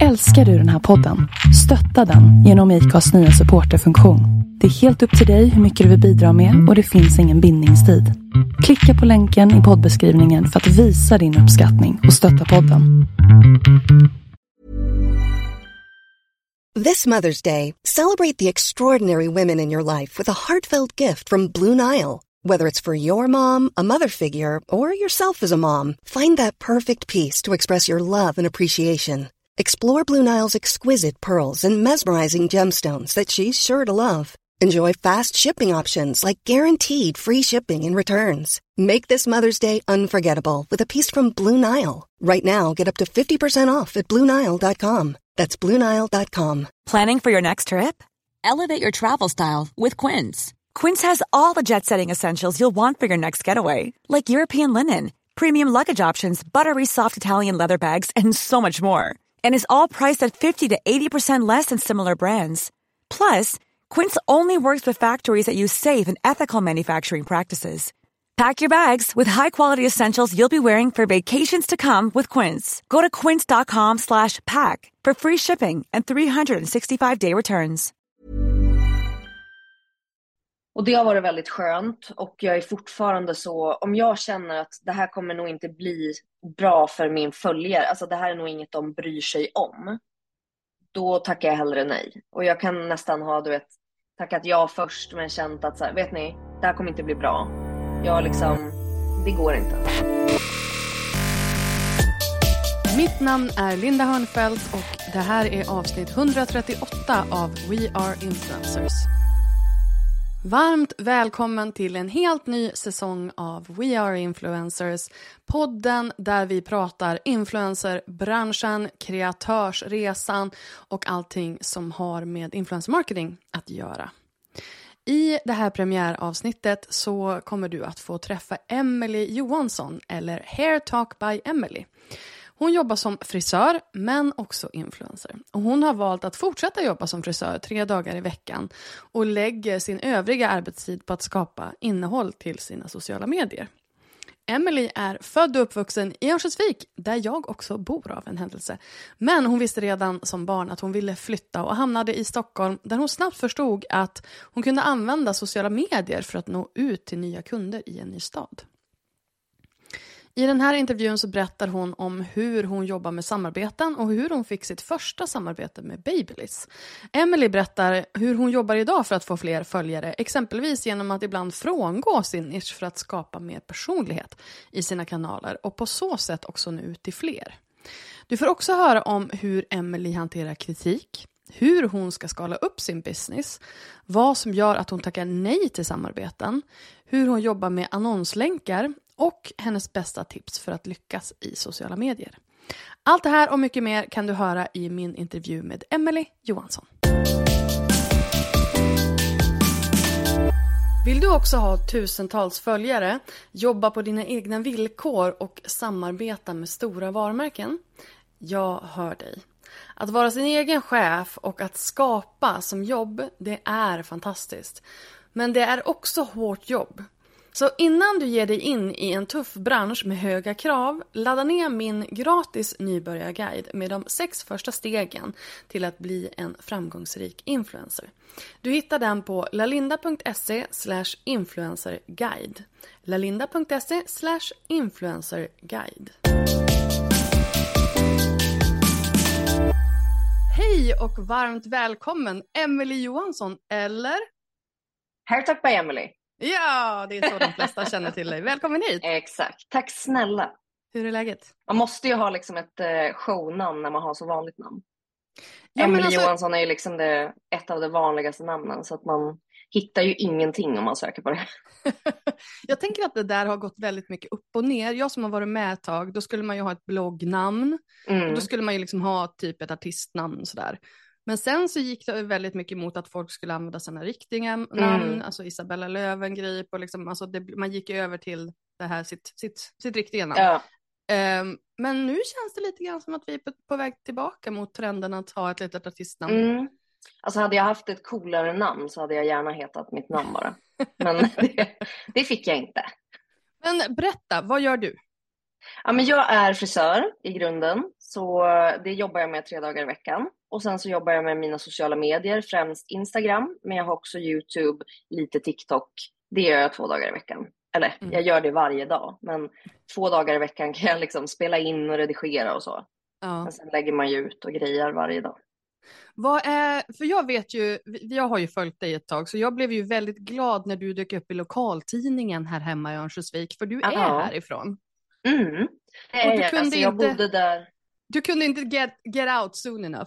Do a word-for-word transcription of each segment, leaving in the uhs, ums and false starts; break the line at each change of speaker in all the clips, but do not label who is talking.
Älskar du den här podden? Stötta den genom I C A:s nya supporterfunktion. Det är helt upp till dig hur mycket du vill bidra med och det finns ingen bindningstid. Klicka på länken i poddbeskrivningen för att visa din uppskattning och stötta podden.
This Mother's Day, celebrate the extraordinary women in your life with a heartfelt gift from Blue Nile. Whether it's for your mom, a mother figure, or yourself as a mom, find that perfect piece to express your love and appreciation. Explore Blue Nile's exquisite pearls and mesmerizing gemstones that she's sure to love. Enjoy fast shipping options like guaranteed free shipping and returns. Make this Mother's Day unforgettable with a piece from Blue Nile. Right now, get up to fifty percent off at blue nile dot com. That's blue nile dot com.
Planning for your next trip? Elevate your travel style with Quince. Quince has all the jet-setting essentials you'll want for your next getaway, like European linen, premium luggage options, buttery soft Italian leather bags, and so much more. And is all priced at fifty to eighty percent less than similar brands. Plus, Quince only works with factories that use safe and ethical manufacturing practices. Pack your bags with high-quality essentials you'll be wearing for vacations to come with Quince. Go to quince.com slash pack for free shipping and three sixty-five day returns.
Och det har varit väldigt skönt och jag är fortfarande så, om jag känner att det här kommer nog inte bli bra för min följare, alltså det här är nog inget de bryr sig om, då tackar jag hellre nej. Och jag kan nästan ha, du vet, tackat ja först men känt att så här, vet ni, det här kommer inte bli bra. Jag liksom, det går inte.
Mitt namn är Linda Hörnfeldt och det här är avsnitt etthundratrettioåtta av We Are Influencers. Varmt välkommen till en helt ny säsong av We Are Influencers, podden där vi pratar influencerbranschen, kreatörsresan och allting som har med influencermarketing att göra. I det här premiäravsnittet så kommer du att få träffa Emily Johansson eller Hair Talk by Emily. Hon jobbar som frisör men också influencer. Och hon har valt att fortsätta jobba som frisör tre dagar i veckan och lägger sin övriga arbetstid på att skapa innehåll till sina sociala medier. Emily är född och uppvuxen i Örnsköldsvik där jag också bor av en händelse. Men hon visste redan som barn att hon ville flytta och hamnade i Stockholm där hon snabbt förstod att hon kunde använda sociala medier för att nå ut till nya kunder i en ny stad. I den här intervjun så berättar hon om hur hon jobbar med samarbeten och hur hon fick sitt första samarbete med Babyliss. Emily berättar hur hon jobbar idag för att få fler följare, exempelvis genom att ibland frångå sin nisch för att skapa mer personlighet i sina kanaler och på så sätt också nå ut till fler. Du får också höra om hur Emily hanterar kritik, hur hon ska skala upp sin business, vad som gör att hon tackar nej till samarbeten, hur hon jobbar med annonslänkar och hennes bästa tips för att lyckas i sociala medier. Allt det här och mycket mer kan du höra i min intervju med Emily Johansson. Vill du också ha tusentals följare, jobba på dina egna villkor och samarbeta med stora varumärken? Jag hör dig. Att vara sin egen chef och att skapa som jobb, det är fantastiskt. Men det är också hårt jobb. Så innan du ger dig in i en tuff bransch med höga krav, ladda ner min gratis nybörjarguide med de sex första stegen till att bli en framgångsrik influencer. Du hittar den på lalinda.se slash influencerguide. lalinda.se slash influencerguide. Hej och varmt välkommen Emily Johansson, eller?
Hair Talk by Emily.
Ja, det är så de flesta känner till dig. Välkommen hit.
Exakt, tack snälla.
Hur är läget?
Man måste ju ha liksom ett eh, shownamn när man har så vanligt namn.
Ja,
Emily
alltså...
Johansson är ju liksom det, ett av de vanligaste namnen, så att man hittar ju ingenting om man söker på det.
Jag tänker att det där har gått väldigt mycket upp och ner. Jag som har varit med ett tag, då skulle man ju ha ett bloggnamn. Mm. Och då skulle man ju liksom ha typ ett artistnamn sådär. Men sen så gick det väldigt mycket mot att folk skulle använda sina riktiga namn. Mm. Alltså Isabella Löwengrip. Och liksom, alltså det, man gick över till det här sitt, sitt, sitt riktiga namn.
Ja.
Um, men nu känns det lite grann som att vi är på, på väg tillbaka mot trenden att ha ett litet artistnamn.
Mm. Alltså hade jag haft ett coolare namn så hade jag gärna hetat mitt namn bara. Men det, det fick jag inte.
Men berätta, vad gör du?
Ja, men jag är frisör i grunden. Så det jobbar jag med tre dagar i veckan. Och sen så jobbar jag med mina sociala medier, främst Instagram. Men jag har också YouTube, lite TikTok. Det gör jag två dagar i veckan. Eller
Mm.
jag gör det varje dag. Men två dagar i veckan kan jag liksom spela in och redigera och så.
Ja.
Men sen lägger man ju ut och grejer varje dag.
Vad är, för jag vet ju, jag har ju följt dig ett tag, så jag blev ju väldigt glad när du dök upp i lokaltidningen här hemma i Örnsköldsvik, för du är
Ja.
härifrån.
Mm. Det är
Och du
jag.
kunde
Alltså, jag
inte-
bodde där.
Du kunde inte get, get out soon enough.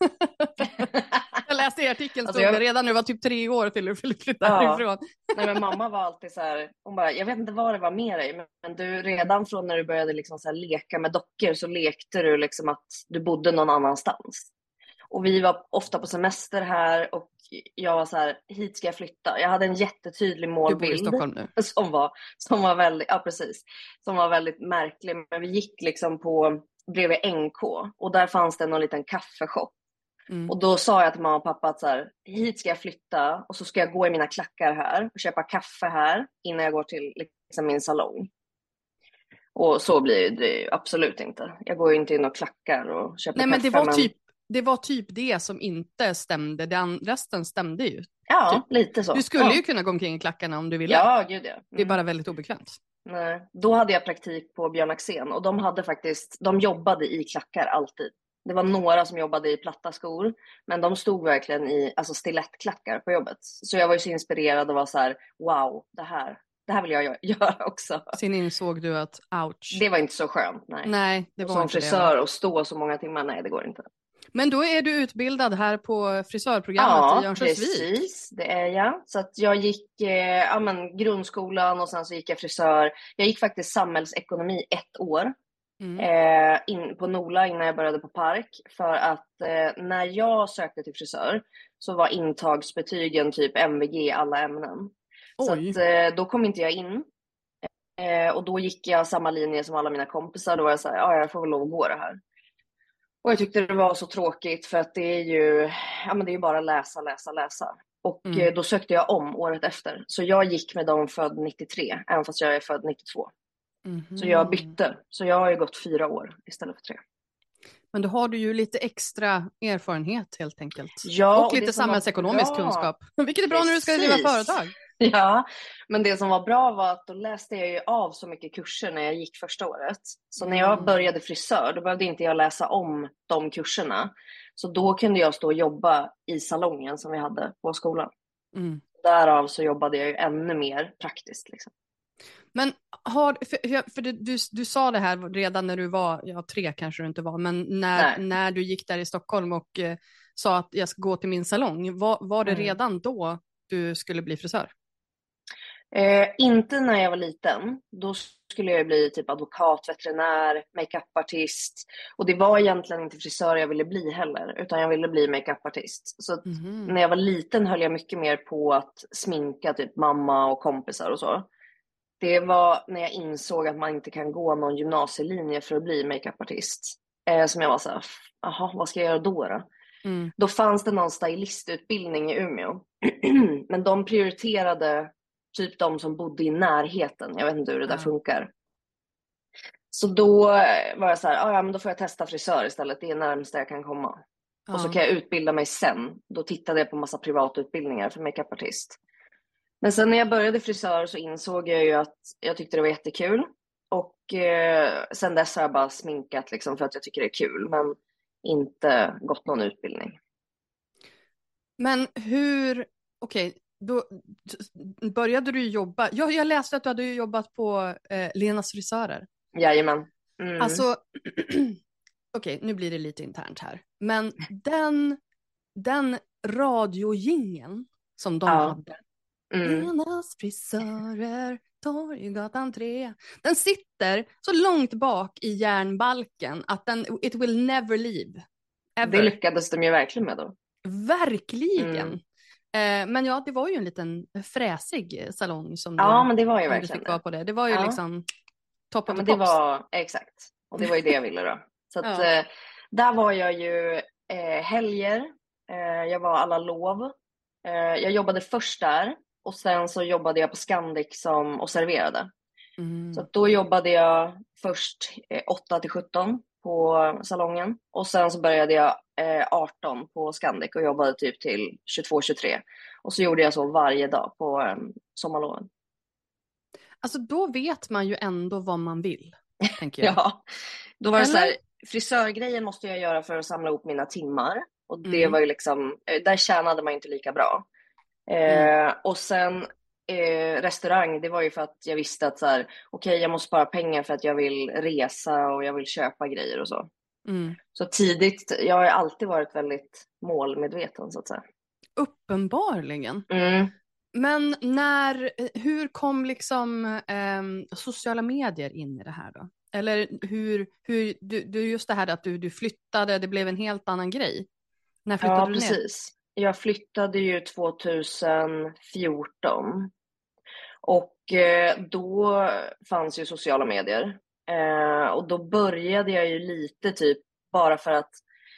Jag läste i artikeln,
Alltså,
stod
jag-
det redan när du var typ tre år till du skulle flytta
Ja.
härifrån.
Nej, men mamma var alltid så här, hon bara, jag vet inte vad det var med dig, men- men du redan från när du började liksom så här leka med dockor så lekte du liksom att du bodde någon annanstans. Och vi var ofta på semester här och jag var så här, hit ska jag flytta. Jag hade en jättetydlig
Du bor i
målbild
Stockholm nu.
som var, som var väldigt, ja precis, som var väldigt märklig. Men vi gick liksom på bredvid N K och där fanns det någon liten kaffeshop.
Mm.
Och då sa jag till mamma och pappa att så här, hit ska jag flytta och så ska jag gå i mina klackar här och köpa kaffe här innan jag går till liksom min salong. Och så blir det ju absolut inte. Jag går ju inte in och klackar och köper
Nej,
kaffe.
men det var, typ, det var typ det som inte stämde. Den, resten stämde ju.
Ja,
typ.
lite så.
Du skulle
ja.
ju kunna gå omkring i klackarna om du ville.
Ja, gud ja. Mm.
Det är bara väldigt obekvämt.
Nej. Då hade jag praktik på Björn Axén och de hade faktiskt, de jobbade i klackar alltid. Det var några som jobbade i platta skor, men de stod verkligen i alltså stilettklackar på jobbet. Så jag var ju så inspirerad och var så här, wow, det här, det här vill jag gö- göra också.
Sen insåg du att ouch.
Det var inte så skönt, nej.
Nej, det
Och
var
som
inte
frisör
det.
och stå så många timmar, nej det går inte.
Men då är du utbildad här på frisörprogrammet i
Ja,
Örnsköldsvik.
precis, det är jag. Så att jag gick eh, ja, men, grundskolan och sen så gick jag frisör. Jag gick faktiskt samhällsekonomi ett år.
Mm.
Eh, in på NOLA innan jag började på Park. För att eh, när jag sökte till frisör så var intagsbetygen typ M V G i alla ämnen. Så
Oj.
att, eh, då kom inte jag in. Eh, och då gick jag samma linje som alla mina kompisar. Då var jag så här, ja jag får väl lov att gå det här. Och jag tyckte det var så tråkigt för att det är ju, ja men det är ju bara läsa, läsa, läsa. Och
Mm.
eh, då sökte jag om året efter. Så jag gick med dem född nittiotre, även fast jag är född nittiotvå.
Mhm.
Så jag bytte. Så jag har ju gått fyra år istället för tre.
Men då har du ju lite extra erfarenhet helt enkelt.
Ja,
och lite
det som var
samhällsekonomisk
bra-
kunskap. Vilket är bra när du ska driva
Precis.
företag.
Ja, men det som var bra var att då läste jag ju av så mycket kurser när jag gick första året. Så när jag
Mm.
började frisör, då behövde inte jag läsa om de kurserna. Så då kunde jag stå och jobba i salongen som vi hade på skolan.
Mm.
Därav så jobbade jag ju ännu mer praktiskt. Liksom.
Men har, för, för du, du, du sa det här redan när du var, ja tre kanske du inte var, men när,
Nej.
när du gick där i Stockholm och eh, sa att jag ska gå till min salong, var, var det
Mm.
redan då du skulle bli frisör?
Eh, inte när jag var liten. Då skulle jag bli typ advokat, veterinär, makeupartist. Och det var egentligen inte frisör jag ville bli heller, utan jag ville bli makeupartist. Så att
Mhm.
när jag var liten höll jag mycket mer på att sminka typ mamma och kompisar och så. Det var när jag insåg att man inte kan gå någon gymnasielinje för att bli makeupartist. Eh, som jag var så här, jaha, vad ska jag göra då då?
Mm.
Då fanns det någon stylistutbildning i Umeå. Men de prioriterade typ de som bodde i närheten. Jag vet inte hur det där
Ja.
funkar. Så då var jag så här, ah, ja men då får jag testa frisör istället. Det är närmast jag kan komma.
Ja.
Och så kan jag utbilda mig sen. Då tittade jag på massa privatutbildningar för makeupartist. Men sen när jag började frisör så insåg jag ju att jag tyckte det var jättekul. Och eh, sen dess har jag bara sminkat liksom för att jag tycker det är kul. Men inte gått någon utbildning.
Men hur, okej, då d- började du jobba, jag, jag läste att du hade jobbat på eh, Lenas frisörer.
Jajamän. Mm.
Alltså, okej, nu blir det lite internt här. Men den, den radiojingeln som de
Ja.
hade,
Mm.
Lenas frisörer, Torggatan tre, den sitter så långt bak i järnbalken att den, it will never leave. Ever.
Det lyckades de ju verkligen med då.
Verkligen.
Mm.
Eh, men ja, det var ju en liten fräsig salong som
Ja,
du,
men det var ju
som du
verkligen
fick vara
det.
på det. Det var ju
Ja.
liksom top
Ja,
of
men
the
det
pops.
var exakt. Och det var ju det jag ville då. Så att,
Ja.
eh, där var jag ju eh, helger. Eh, jag var alla lov. Eh, jag jobbade först där. Och sen så jobbade jag på Scandic som och serverade.
Mm.
Så att då jobbade jag först eh, åtta till sjutton. på salongen. Och sen så började jag eh, arton på Scandic och jobbade typ till tjugotvå tjugotre. Och så gjorde jag så varje dag på eh, sommarloven.
Alltså då vet man ju ändå vad man vill, tänker jag.
Ja, då var det
Eller?
så här, frisörgrejen måste jag göra för att samla ihop mina timmar. Och det
Mm.
var ju liksom, eh, där tjänade man inte lika bra. Eh,
Mm.
Och sen eh, restaurang, det var ju för att jag visste att så här, okej, jag måste spara pengar för att jag vill resa och jag vill köpa grejer och så.
Mm.
Så tidigt, jag har alltid varit väldigt målmedveten så att säga.
Uppenbarligen.
Mm.
Men när, hur kom liksom ehm, sociala medier in i det här då? Eller hur, hur du, du just det här att du, du flyttade, det blev en helt annan grej. När flyttade
Ja,
du ner?
precis. Jag flyttade ju tjugohundrafjorton och eh, då fanns ju sociala medier. Eh, och då började jag ju lite typ bara för att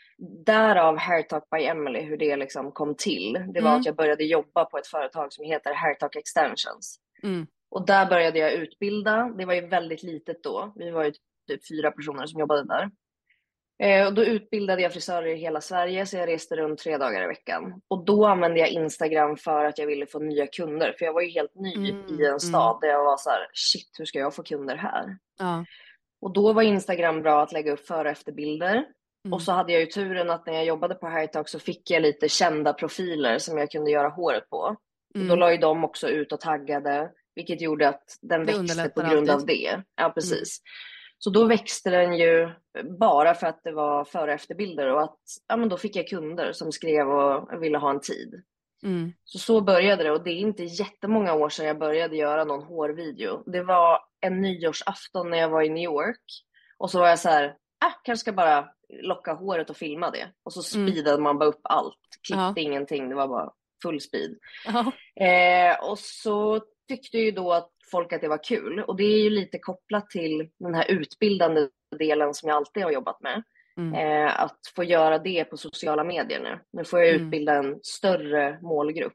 därav Hair Talk by Emily, hur det liksom kom till. Det var
Mm.
att jag började jobba på ett företag som heter Hair Talk Extensions.
Mm.
Och där började jag utbilda. Det var ju väldigt litet då. Vi var ju typ fyra personer som jobbade där. Eh, och då utbildade jag frisörer i hela Sverige, så jag reste runt tre dagar i veckan. Och då använde jag Instagram för att jag ville få nya kunder. För jag var ju helt ny
Mm,
i en
mm.
stad där jag var så här, shit, hur ska jag få kunder här?
Ja.
Och då var Instagram bra att lägga upp före och efterbilder.
Mm.
Och så hade jag ju turen att när jag jobbade på Hair Talk så fick jag lite kända profiler som jag kunde göra håret på.
Mm.
Och då la ju de också ut och taggade, vilket gjorde att den
Det
växte
underlättar
på grund
alltid.
av det. Ja, precis. Så då växte den ju bara för att det var före och efterbilder och att ja, men då fick jag kunder som skrev och ville ha en tid.
Mm.
Så så började det, och det är inte jättemånga år sedan jag började göra någon hårvideo. Det var en nyårsafton när jag var i New York och så var jag så här, äh, kanske ska bara locka håret och filma det. Och så
Mm.
speedade man bara upp allt, klippte
Ja.
ingenting, det var bara full speed.
Ja.
Eh, och så tyckte ju då att folk att det var kul. Och det är ju lite kopplat till den här utbildande delen som jag alltid har jobbat med.
Mm.
Eh, att få göra det på sociala medier nu. Nu får jag
Mm.
utbilda en större målgrupp.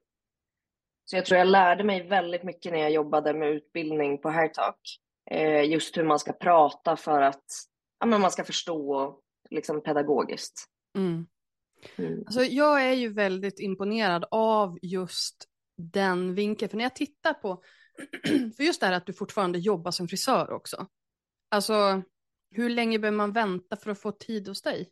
Så jag tror jag lärde mig väldigt mycket när jag jobbade med utbildning på Hair Talk. Eh, just hur man ska prata för att ja, men man ska förstå liksom pedagogiskt.
Mm.
Mm.
Alltså, jag är ju väldigt imponerad av just den vinkeln. För när jag tittar på, för just det här att du fortfarande jobbar som frisör också. Alltså, hur länge behöver man vänta för att få tid hos dig?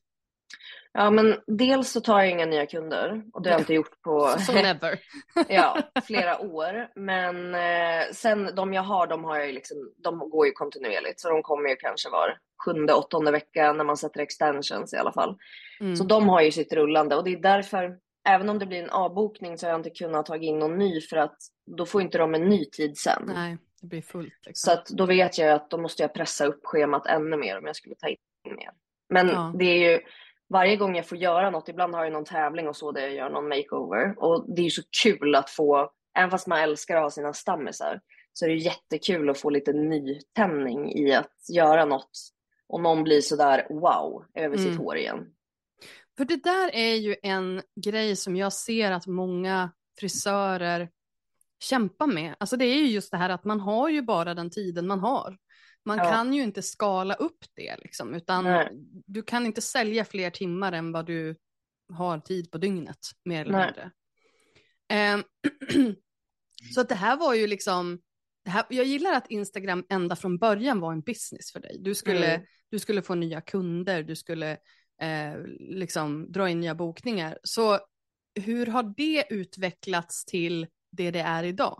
Ja, men dels så tar jag inga nya kunder. Och det har jag inte gjort på
Så never.
ja, flera år. Men eh, sen de jag har, de har jag ju liksom, de går ju kontinuerligt. Så de kommer ju kanske var sjunde, åttonde vecka när man sätter extensions i alla fall.
Mm.
Så de har ju sitt rullande. Och det är därför, även om det blir en avbokning så har jag inte kunnat ta in någon ny. För att då får inte de en ny tid sen.
Nej, det blir fullt. Liksom.
Så att då vet jag att då måste jag pressa upp schemat ännu mer om jag skulle ta in mer. Men
Ja.
det är ju varje gång jag får göra något, ibland har jag någon tävling och så där jag gör någon makeover. Och det är ju så kul att få, även fast man älskar att ha sina stammisar, så är det jättekul att få lite nytändning i att göra något. Och någon blir sådär wow över
Mm.
sitt hår igen.
För det där är ju en grej som jag ser att många frisörer kämpar med. Alltså det är ju just det här att man har ju bara den tiden man har. Man
Ja.
kan ju inte skala upp det liksom, utan
Nej.
du kan inte sälja fler timmar än vad du har tid på dygnet, mer eller
Nej.
mindre. Ehm, så att det här var ju liksom, det här, jag gillar att Instagram ända från början var en business för dig. Du skulle,
Mm.
du skulle få nya kunder, du skulle eh, liksom dra in nya bokningar. Så hur har det utvecklats till det det är idag?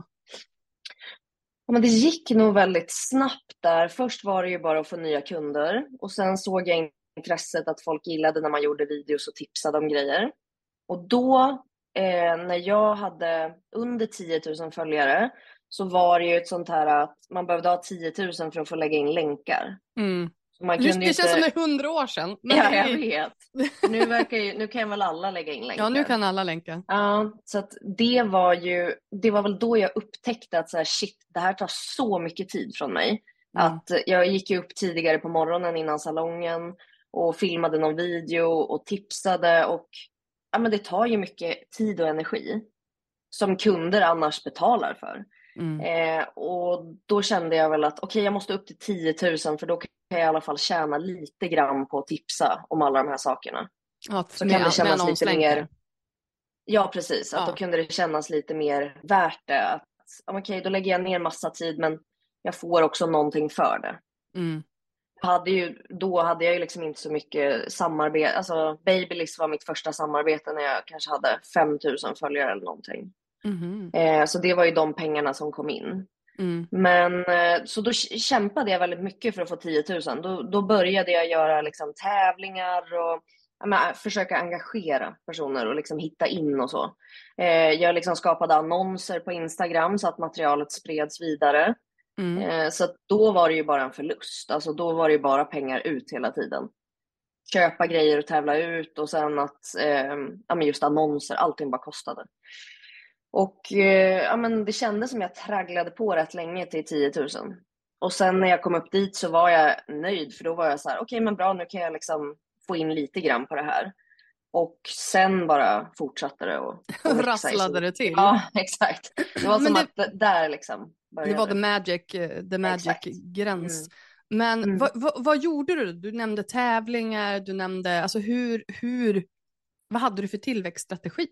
Ja, men det gick nog väldigt snabbt där. Först var det ju bara att få nya kunder. Och sen såg jag intresset att folk gillade när man gjorde videos och tipsade om grejer. Och då, eh, när jag hade under tio tusen följare, så var det ju ett sånt här att man behövde ha tio tusen för att få lägga in länkar.
Mm.
Så man
Just,
kunde
det
inte...
känns som det är hundra år sedan. Men
Ja,
det är-
jag vet. Nu, verkar ju, nu kan väl alla lägga in länkar.
Ja, nu kan alla länka.
Ja, så att det var ju, det var väl då jag upptäckte att så här, shit, det här tar så mycket tid från mig.
Mm.
Att jag gick ju upp tidigare på morgonen innan salongen och filmade någon video och tipsade, och ja, men det tar ju mycket tid och energi som kunder annars betalar för. Mm. Eh, och då kände jag väl att okej, okay, jag måste upp till tio tusen för då kan jag i alla fall tjäna lite grann på att tipsa om alla de här sakerna.
Ja,
så
med,
kan det kännas lite mer... Ja, precis. Att
ja.
då kunde det kännas lite mer värt det. Att okej, okay, då lägger jag ner massa tid men jag får också någonting för det.
Mm.
Hade ju, då hade jag ju liksom inte så mycket samarbete. Alltså Babyliss var mitt första samarbete när jag kanske hade fem tusen följare eller någonting.
Mm.
Eh, så det var ju de pengarna som kom in.
Mm.
Men eh, så då kämpade jag väldigt mycket för att få tio tusen. Då, då började jag göra liksom tävlingar och ja, men, försöka engagera personer och liksom hitta in och så. Eh, jag liksom skapade annonser på Instagram så att materialet spreds vidare. Mm. Eh, så att då var det ju bara en förlust. Alltså då var det ju bara pengar ut hela tiden. Köpa grejer och tävla ut och sen att eh, ja, men just annonser, allting bara kostade. Och eh, ja, men det kändes som jag tragglade på rätt länge till tio tusen. Och sen när jag kom upp dit så var jag nöjd. För då var jag så här, okej okay, men bra, nu kan jag liksom få in lite grann på det här. Och sen bara fortsatte det. Och, och
rasslade det till.
Ja, exakt. Det var som
det,
att där liksom började.
Det var the magic, the magic gräns. Mm. Men mm. Vad, vad, vad gjorde du? Du nämnde tävlingar, du nämnde, alltså hur, hur, vad hade du för tillväxtstrategi?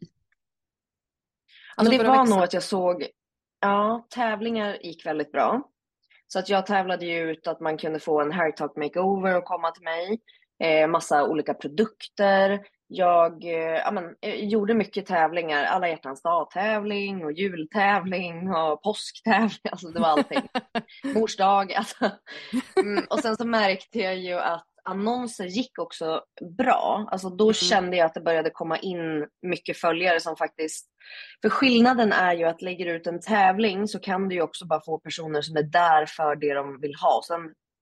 Alltså det var nog att jag såg, ja, tävlingar gick väldigt bra. Så att jag tävlade ju ut att man kunde få en hairtalk makeover och komma till mig. Eh, massa olika produkter. Jag eh, ja, men, eh, gjorde mycket tävlingar. Alla hjärtans dag-tävling och jultävling och påsktävling. Alltså det var allting. Mors dag. Alltså. Mm, och sen så märkte jag ju att annonser gick också bra. Alltså då mm. kände jag att det började komma in mycket följare som faktiskt... För skillnaden är ju att lägger ut en tävling så kan du ju också bara få personer som är där för det de vill ha. Sen,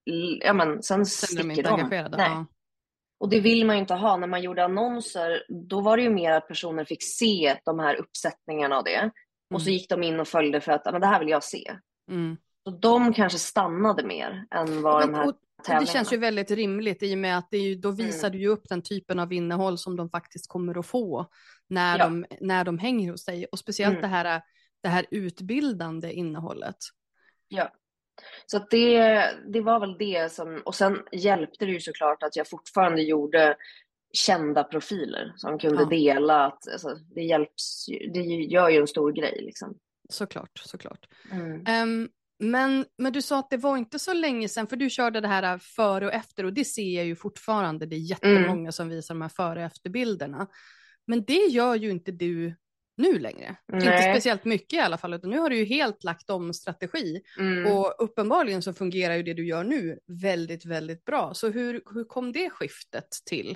ja men, sen, sen sticker de. Nej. Ja. Och det vill man ju inte ha. När man gjorde annonser, då var det ju mer att personer fick se de här uppsättningarna av det. Mm. Och så gick de in och följde för att men det här vill jag se. Mm. Så de kanske stannade mer än vad men, de här och, tävlingarna.
Det känns ju väldigt rimligt i och med att det är ju, då visar mm. du ju upp den typen av innehåll som de faktiskt kommer att få när, ja. de, när de hänger hos dig. Och speciellt mm. det, här, det här utbildande innehållet.
Ja. Så att det, det var väl det som, och sen hjälpte det ju såklart att jag fortfarande gjorde kända profiler som kunde ja. dela att alltså, det hjälps, det gör ju en stor grej liksom.
Såklart, såklart. Mm. Um, men, men du sa att det var inte så länge sedan, för du körde det här före och efter och det ser jag ju fortfarande, det är jättemånga mm. som visar de här före och efterbilderna. Men det gör ju inte du nu längre. Nej. Inte speciellt mycket i alla fall, utan nu har du ju helt lagt om strategi. Mm. Och uppenbarligen så fungerar ju det du gör nu väldigt, väldigt bra. Så hur, hur kom det skiftet till?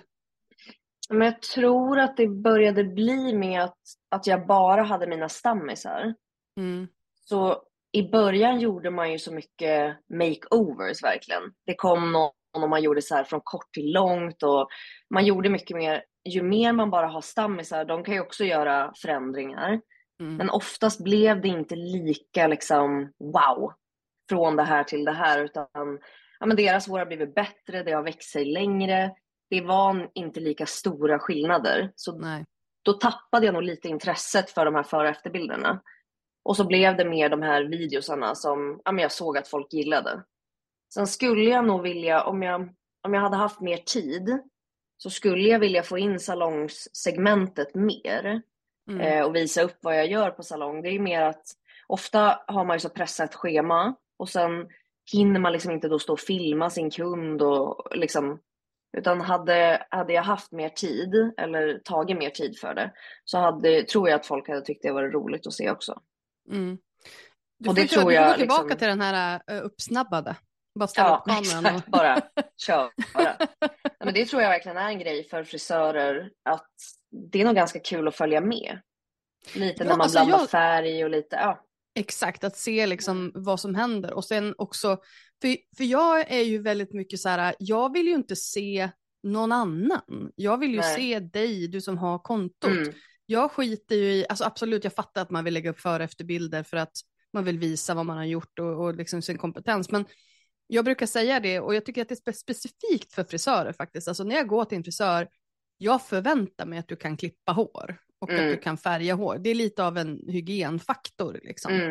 Men jag tror att det började bli med att, att jag bara hade mina stammisar. Mm. Så i början gjorde man ju så mycket makeovers verkligen. Det kom någon och man gjorde så här från kort till långt och man gjorde mycket mer. Ju mer man bara har stammisar, de kan ju också göra förändringar. Mm. Men oftast blev det inte lika liksom wow från det här till det här. Utan ja, men deras hår har blivit bättre, det har växt sig längre. Det var inte lika stora skillnader. Så
Nej.
Då tappade jag nog lite intresset för de här före- och efterbilderna. Och så blev det mer de här videosarna som ja, men jag såg att folk gillade. Sen skulle jag nog vilja, om jag, om jag hade haft mer tid... så skulle jag vilja få in salongssegmentet mer mm. eh, och visa upp vad jag gör på salong. Det är ju mer att ofta har man ju så pressat schema och sen hinner man liksom inte då stå och filma sin kund och liksom, utan hade, hade jag haft mer tid eller tagit mer tid för det så hade, tror jag att folk hade tyckt det var roligt att se också.
Mm. Du
och
får,
det tror
du
jag,
får tillbaka
liksom...
till den här uh, uppsnabbade. Bara ställa
ja,
upp kameran.
Exakt, och... bara kör. Bara. Ja, men det tror jag verkligen är en grej för frisörer att det är nog ganska kul att följa med. Lite ja, när man alltså blandar jag... färg och lite, ja.
Exakt, att se liksom vad som händer. Och sen också, för, för jag är ju väldigt mycket så här, jag vill ju inte se någon annan. Jag vill ju Nej. se dig, du som har kontot. Mm. Jag skiter ju i, alltså absolut jag fattar att man vill lägga upp före- och efterbilder för att man vill visa vad man har gjort och, och liksom sin kompetens. Men jag brukar säga det och jag tycker att det är specifikt för frisörer faktiskt. Alltså när jag går till en frisör, jag förväntar mig att du kan klippa hår och mm. att du kan färga hår. Det är lite av en hygienfaktor liksom. Mm.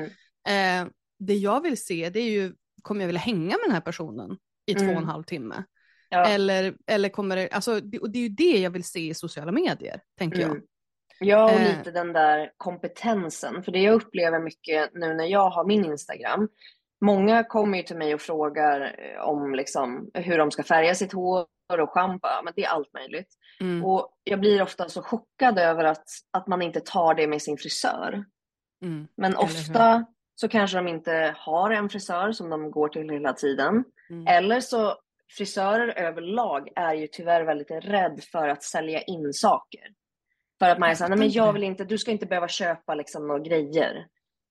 Eh, det jag vill se, det är ju, kommer jag vilja hänga med den här personen i
Mm.
två och en halv timme?
Ja.
Eller, eller kommer det, alltså, det, och det är ju det jag vill se i sociala medier, tänker
Mm.
jag.
Ja, och
Eh.
lite den där kompetensen. För det jag upplever mycket nu när jag har min Instagram. Många kommer ju till mig och frågar om liksom, hur de ska färga sitt hår och schampo. Men det är allt möjligt.
Mm.
Och jag blir ofta så chockad över att, att man inte tar det med sin frisör.
Mm.
Men
Eller
ofta så kanske de inte har en frisör som de går till hela tiden.
Mm.
Eller så frisörer överlag är ju tyvärr väldigt rädd för att sälja in saker. För att man är såhär, nej men jag vill inte, du ska inte behöva köpa liksom några grejer.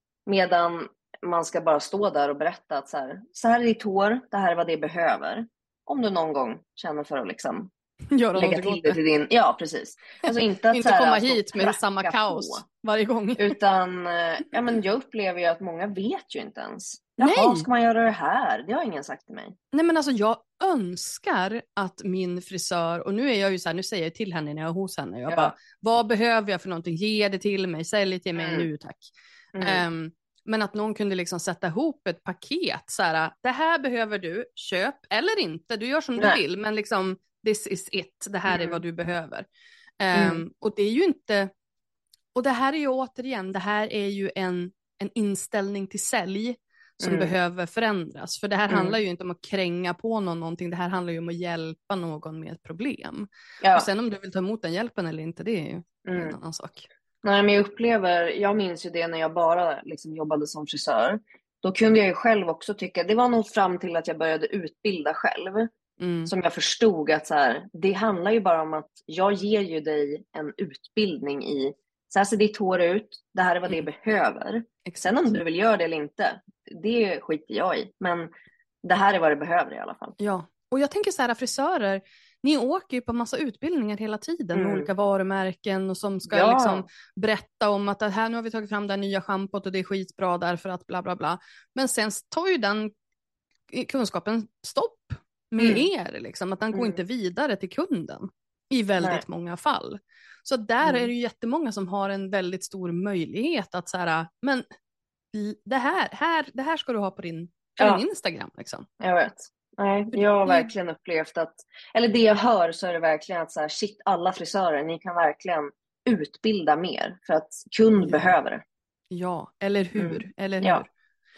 Medan man ska bara stå där och berätta att så här, så här är ditt hår, det här är vad det behöver. Om du någon gång känner för att liksom
Göra
lägga
någonting
till
åt
det
det.
till din, ja precis. Alltså inte att
Inte
så här,
komma
stå och
hit med
pracka
samma kaos
på.
varje gång.
Utan, eh, ja men jag upplever ju att många vet ju inte ens.
Nej.
Jaha, ska man göra det här? Det har ingen sagt till mig.
Nej men alltså jag önskar att min frisör, och nu är jag ju så här, nu säger jag till henne när jag är hos henne, jag
Ja.
bara, vad behöver jag för någonting? Ge det till mig, sälj det till mig
Mm.
nu tack.
Mm.
Um, men att någon kunde liksom sätta ihop ett paket, så här, det här behöver du, köp eller inte, du gör som
Nej.
du vill, men liksom this is it, det här
Mm.
är vad du behöver. Um,
Mm.
Och det är ju inte, och det här är ju återigen, det här är ju en, en inställning till sälj som
Mm.
behöver förändras. För det här
Mm.
handlar ju inte om att kränga på någon någonting, det här handlar ju om att hjälpa någon med ett problem.
Ja.
Och sen om du vill ta emot den hjälpen eller inte, det är ju
Mm.
en annan sak.
Nej, men jag upplever, jag minns ju det när jag bara liksom jobbade som frisör. Då kunde jag ju själv också tycka, det var nog fram till att jag började utbilda själv.
Mm.
Som jag förstod att så här, det handlar ju bara om att jag ger ju dig en utbildning i, så här ser ditt hår ut, det här är vad
Mm.
det behöver.
Exakt.
Sen om du vill göra det eller inte, det skiter jag i. Men det här är vad det behöver i alla fall.
Ja, och jag tänker så här, frisörer, ni åker ju på massa utbildningar hela tiden med
Mm.
olika varumärken och som ska
Ja.
liksom berätta om att det här, nu har vi tagit fram det här nya schampot och det är skitbra därför att bla bla bla. Men sen tar ju den kunskapen stopp med
Mm.
er, liksom, att den går
Mm.
inte vidare till kunden i väldigt
Nej.
många fall. Så där
Mm.
är det ju jättemånga som har en väldigt stor möjlighet att så här, men det här, här, det här ska du ha på din, på
Ja.
din Instagram liksom.
Jag vet. Nej,
För
jag har
det-
verkligen upplevt att, eller det jag hör så är det verkligen att så här, shit, alla frisörer, ni kan verkligen utbilda mer för att kund
Ja.
behöver det.
Ja, eller hur?
Mm.
Eller hur?
Ja.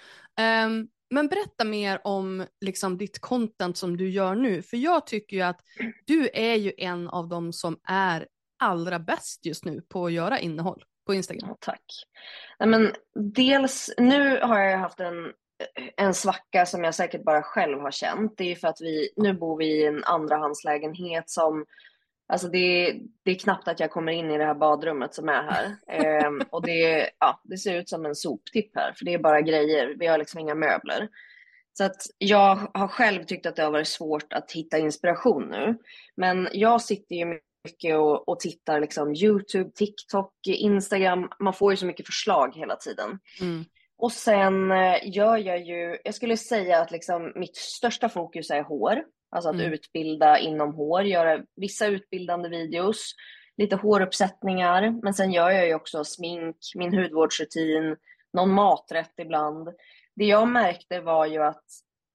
Ehm, men berätta mer om liksom, ditt content som du gör nu. För jag tycker ju att du är ju en av dem som är allra bäst just nu på att göra innehåll på Instagram.
Ja, tack. Nej, men dels, nu har jag haft en, en svacka som jag säkert bara själv har känt. Det är ju för att vi, nu bor vi i en andrahandslägenhet som, alltså det, det är knappt att jag kommer in i det här badrummet som är här. ehm, och det, ja, det ser ut som en soptipp här, för det är bara grejer. Vi har liksom inga möbler. Så att jag har själv tyckt att det har varit svårt att hitta inspiration nu. Men jag sitter ju mycket och, och tittar liksom YouTube, TikTok, Instagram. Man får ju så mycket förslag hela tiden.
Mm.
Och sen eh, gör jag ju, jag skulle säga att liksom mitt största fokus är hår. Alltså att
Mm.
utbilda inom hår, göra vissa utbildande videos, lite håruppsättningar. Men sen gör jag ju också smink, min hudvårdsrutin, någon maträtt ibland. Det jag märkte var ju att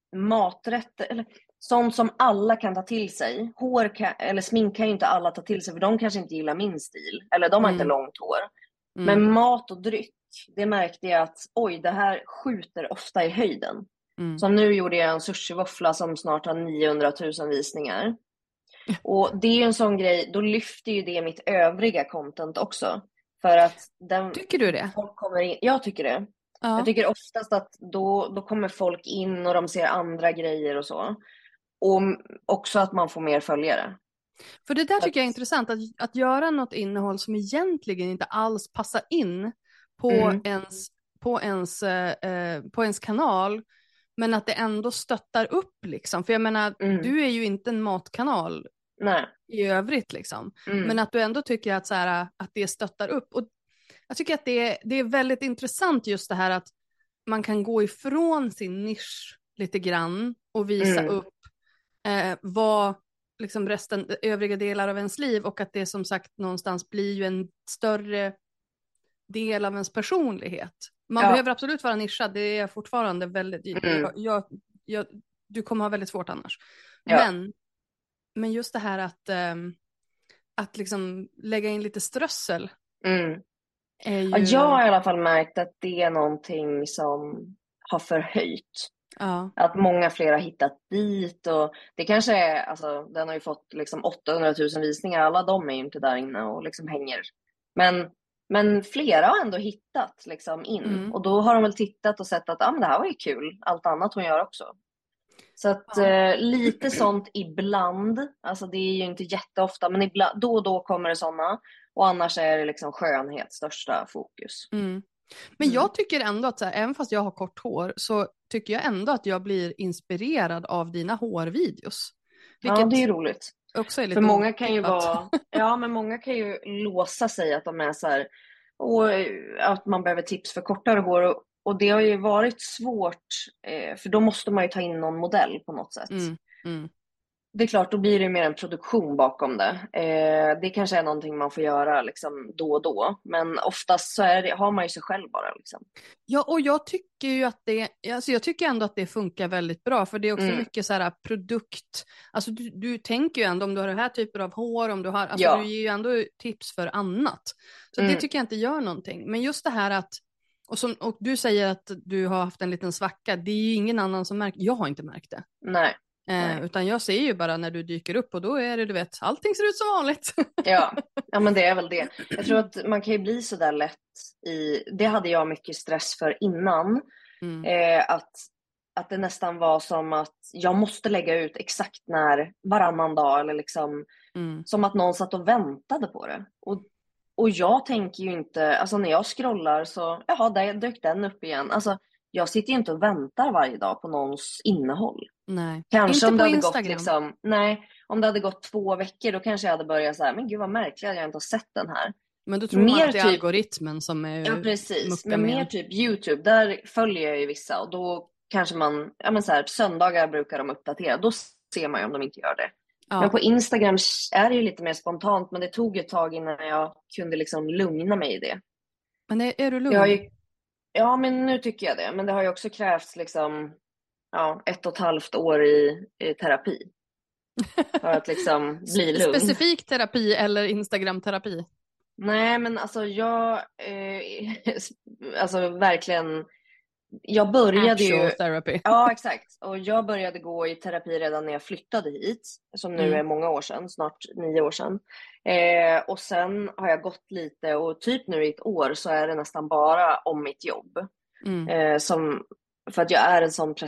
maträtt, eller sånt som alla kan ta till sig. Hår kan, eller smink kan ju inte alla ta till sig, för de kanske inte gillar min stil. Eller de har
Mm.
inte långt hår.
Mm.
Men mat och dryck, det märkte jag att oj, det här skjuter ofta i höjden.
Mm.
Som nu gjorde jag en sushi-våffla som snart har niohundratusen visningar. Och det är ju en sån grej, då lyfter ju det mitt övriga content också. För att den,
Tycker du det?
folk kommer in, jag tycker det.
Ja.
Jag tycker oftast att då, då kommer folk in och de ser andra grejer och så. Och också att man får mer följare.
För det där tycker
Att-
jag är intressant, att, att göra något innehåll som egentligen inte alls passar in på,
Mm.
ens, på, ens, eh, på ens kanal, men att det ändå stöttar upp liksom. För jag menar,
Mm.
du är ju inte en matkanal
Nej.
i övrigt liksom.
Mm.
Men att du ändå tycker att, så här, att det stöttar upp. Och jag tycker att det är, det är väldigt intressant just det här att man kan gå ifrån sin nisch lite grann och visa
Mm.
upp eh, vad liksom resten, övriga delar av ens liv, och att det som sagt någonstans blir ju en större del av ens personlighet Man
Ja.
behöver absolut vara nischad. Det är fortfarande väldigt...
Mm.
Jag, jag, jag, du kommer ha väldigt svårt annars.
Ja.
Men, men just det här att, ähm, att liksom lägga in lite strössel.
Mm.
Är ju...
Ja, jag har i alla fall märkt att det är någonting som har förhöjt.
Ja.
Att många fler har hittat dit. Och det kanske är, alltså, den har ju fått liksom åttahundratusen visningar. Alla de är ju inte där inne och liksom hänger. Men, men flera har ändå hittat liksom in.
Mm.
Och då har de väl tittat och sett att ah, men det här var ju kul. Allt annat hon gör också. Så att
Ja.
eh, lite sånt ibland. Alltså det är ju inte jätteofta. Men ibland, då och då kommer det sådana. Och annars är det liksom skönhet största fokus.
Mm. Men
Mm.
jag tycker ändå att så här, även fast jag har kort hår så tycker jag ändå att jag blir inspirerad av dina hårvideos.
Ja,
Vilket
det är roligt.
också är lite
För många kan ju
otippat.
vara, ja men många kan ju låsa sig att de är så här, och att man behöver tips för kortare hår. Och, och det har ju varit svårt, eh, för då måste man ju ta in någon modell på något sätt.
Mm, mm.
Det är klart, då blir det mer en produktion bakom det. Eh, det kanske är någonting man får göra liksom då och då. Men oftast så är det, har man ju sig själv bara. Liksom.
Ja, och jag tycker ju att det, alltså jag tycker ändå att det funkar väldigt bra, för det är också
Mm.
mycket så här produkt, alltså du, du tänker ju ändå om du har den här typen av hår, om du har, alltså
Ja.
du ger ju ändå tips för annat. Så
Mm.
det tycker jag inte gör någonting. Men just det här att, och, som, och du säger att du har haft en liten svacka, det är ju ingen annan som märker, jag har inte märkt det.
Nej.
Eh,
Nej.
utan jag ser ju bara när du dyker upp och då är det, du vet, allting ser ut som vanligt.
Ja. ja, men det är väl det. Jag tror att man kan ju bli så där lätt i, det hade jag mycket stress för innan.
Mm.
Eh, att, att det nästan var som att jag måste lägga ut exakt när, varannan dag. Eller liksom,
Mm.
som att någon satt och väntade på det. Och, och jag tänker ju inte, alltså när jag scrollar så, jaha, där dök den upp igen. Alltså jag sitter ju inte och väntar varje dag på någons innehåll.
Nej.
Kanske
inte
om det
på
hade
Instagram.
gått liksom, nej, om det hade gått två veckor då kanske jag hade börjat så här, men gud vad märkligt att jag inte har sett den här.
Men då tror man
mer
att det är
typ-
algoritmen som är
Ja precis,
muckar
men
med
mer
en.
typ YouTube, där följer jag ju vissa och då kanske man, ja men så här, söndagar brukar de uppdatera, då ser man ju om de inte gör det.
Ja.
Men på Instagram är det ju lite mer spontant, men det tog ett tag innan jag kunde liksom lugna mig i det.
Men är, är du lugn?
Jag har ju, ja men nu tycker jag det, men det har ju också krävts liksom, ja, ett och ett halvt år i, i terapi. För att liksom bli lugn.
Specifik terapi eller Instagram-terapi?
Nej, men alltså jag, eh, alltså verkligen, jag började
Actual
ju,
therapy.
ja exakt, och jag började gå i terapi redan när jag flyttade hit, som nu
Mm.
är många år sedan, snart nio år sedan. Eh, och sen har jag gått lite, och typ nu i ett år så är det nästan bara om mitt jobb.
Mm.
Eh, som, för att jag är en sån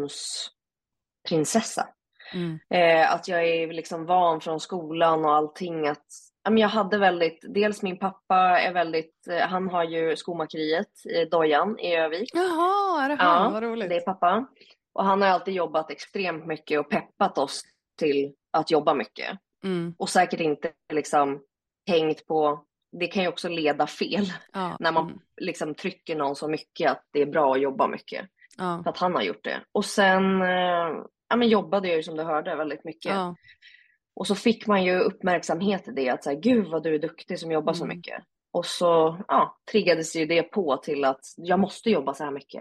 prestationsprinsessa.
Mm.
Eh, att jag är liksom van från skolan och allting. Att, ja, men jag hade väldigt, dels min pappa är väldigt, eh, han har ju skomakeriet, eh, Dojan i Övik.
Jaha, är det han?
Ja,
Vad roligt.
det är pappa. Och han har alltid jobbat extremt mycket och peppat oss till att jobba mycket.
Mm.
Och säkert inte liksom tänkt på, det kan ju också leda fel.
Ja.
När man
Mm.
liksom trycker någon så mycket att det är bra att jobba mycket.
Ja.
För att han har gjort det. Och sen eh, ja, men jobbade jag ju som du hörde väldigt mycket.
Ja.
Och så fick man ju uppmärksamhet i det. Att säga, gud vad du är duktig som jobbar så
Mm.
mycket. Och så ja, triggades ju det på till att jag måste jobba så här mycket.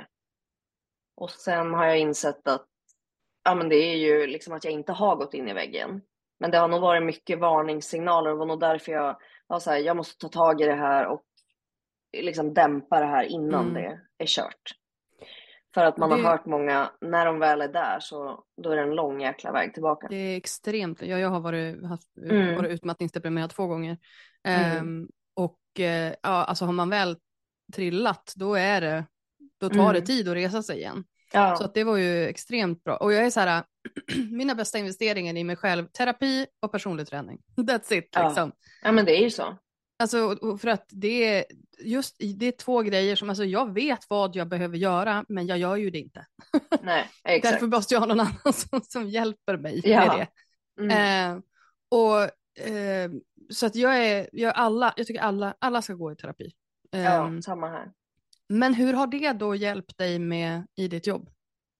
Och sen har jag insett att ja, men det är ju liksom att jag inte har gått in i väggen. Men det har nog varit mycket varningssignaler. Och det var nog därför jag var så här, jag måste ta tag i det här och liksom dämpa det här innan
Mm.
det är kört. För att man
Det-
har hört många, när de väl är där så då är det en lång jäkla väg tillbaka.
Det är extremt. Ja, jag har varit, haft,
Mm.
varit utmattningsdeprimerad två gånger.
Mm.
Ehm, och eh, ja, alltså har man väl trillat, då är det, då tar
Mm.
det tid att resa sig igen.
Ja,
Så att det var ju extremt bra. Och jag är så här, mina bästa investeringar i mig själv, terapi och personlig träning. That's it
Ja.
liksom.
ja men det är ju så.
Alltså och för att det är just det är två grejer som, alltså jag vet vad jag behöver göra, men jag gör ju det inte.
Nej, exakt.
Därför måste jag ha någon annan som, som hjälper mig
Ja.
med det.
Mm.
Eh, och eh, så att jag är, jag alla, jag tycker alla, alla ska gå i terapi. Eh,
Ja, samma här.
Men hur har det då hjälpt dig med i ditt jobb?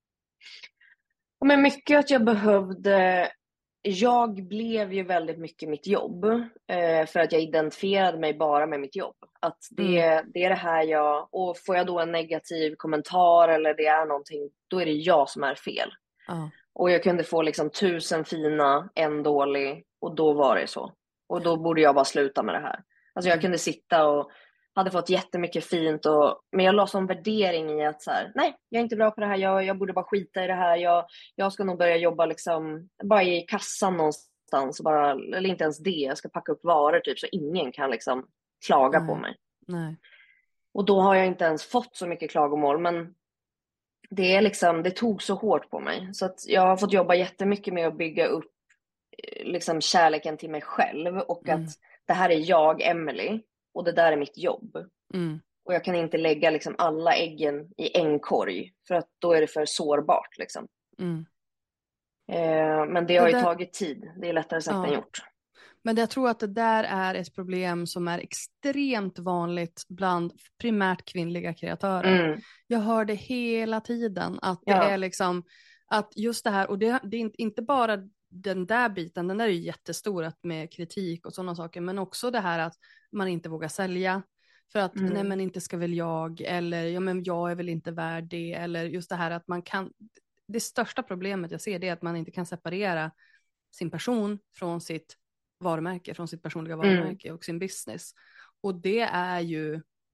Ja, men mycket att jag behövde, jag blev ju väldigt mycket mitt jobb. Eh, för att jag identifierade mig bara med mitt jobb. Att det,
Mm.
det är det här jag, och får jag då en negativ kommentar eller det är någonting, då är det jag som är fel.
Ja.
Och jag kunde få liksom tusen fina, en dålig, och då var det så. Och då borde jag bara sluta med det här. Alltså jag
Mm.
kunde sitta och hade fått jättemycket fint, och, men jag la sån värdering i att så här, nej, jag är inte bra på det här, jag, jag borde bara skita i det här, jag, jag ska nog börja jobba liksom, bara i kassan någonstans, bara, eller inte ens det, jag ska packa upp varor typ, så ingen kan liksom klaga
Nej.
på mig.
Nej.
Och då har jag inte ens fått så mycket klagomål, men det är liksom, det tog så hårt på mig. Så att jag har fått jobba jättemycket med att bygga upp liksom kärleken till mig själv, och
Mm.
att det här är jag, Emily, och det där är mitt jobb.
Mm.
Och jag kan inte lägga liksom alla äggen i en korg, för att då är det för sårbart liksom.
Mm.
Eh, men det har
Det
ju
där-
tagit tid. Det är lättare sagt
Ja.
än gjort.
Men jag tror att det där är ett problem som är extremt vanligt bland primärt kvinnliga kreatörer.
Mm.
Jag hör det hela tiden, att det
Ja.
är liksom, att just det här, och det, det är inte- inte bara den där biten, den där är ju jättestor, att med kritik och sådana saker, men också det här att man inte vågar sälja, för att
Mm.
nej men inte ska väl jag, eller ja men jag är väl inte värd det, eller just det här att man kan, det största problemet jag ser, det är att man inte kan separera sin person från sitt varumärke, från sitt personliga varumärke och sin business. Och det är ju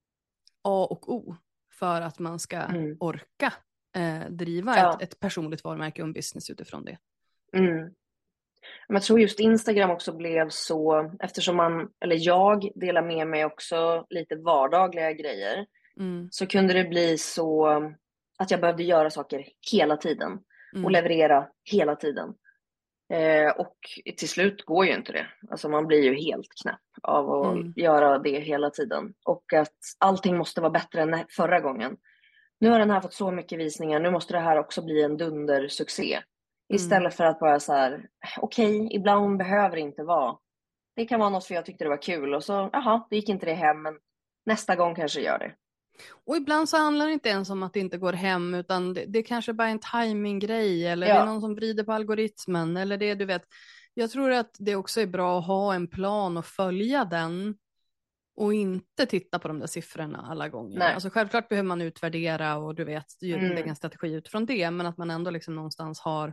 A och O för att man ska
Mm.
orka eh, driva
Ja.
ett, ett personligt varumärke och en business utifrån det.
Mm. Men jag tror just Instagram också blev så, eftersom man, eller jag delar med mig också lite vardagliga grejer,
Mm.
så kunde det bli så att jag behövde göra saker hela tiden
Mm.
och leverera hela tiden. Eh, och till slut går ju inte det. Alltså man blir ju helt knäpp av att
Mm.
göra det hela tiden. Och att allting måste vara bättre än förra gången. Nu har den här fått så mycket visningar, nu måste det här också bli en dundersuccé. Istället för att bara så här, okej, okay, ibland behöver det inte vara. Det kan vara något för jag tyckte det var kul, och så, jaha, det gick inte det hem, men nästa gång kanske gör det.
Och ibland så handlar det inte ens om att det inte går hem, utan det, det kanske bara är en timinggrej, eller
Ja.
det är någon som vrider på algoritmen, eller det, du vet. Jag tror att det också är bra att ha en plan och följa den, och inte titta på de där siffrorna alla gånger.
Nej.
Alltså självklart behöver man utvärdera och du vet,
Mm.
lägga en strategi utifrån det, men att man ändå liksom någonstans har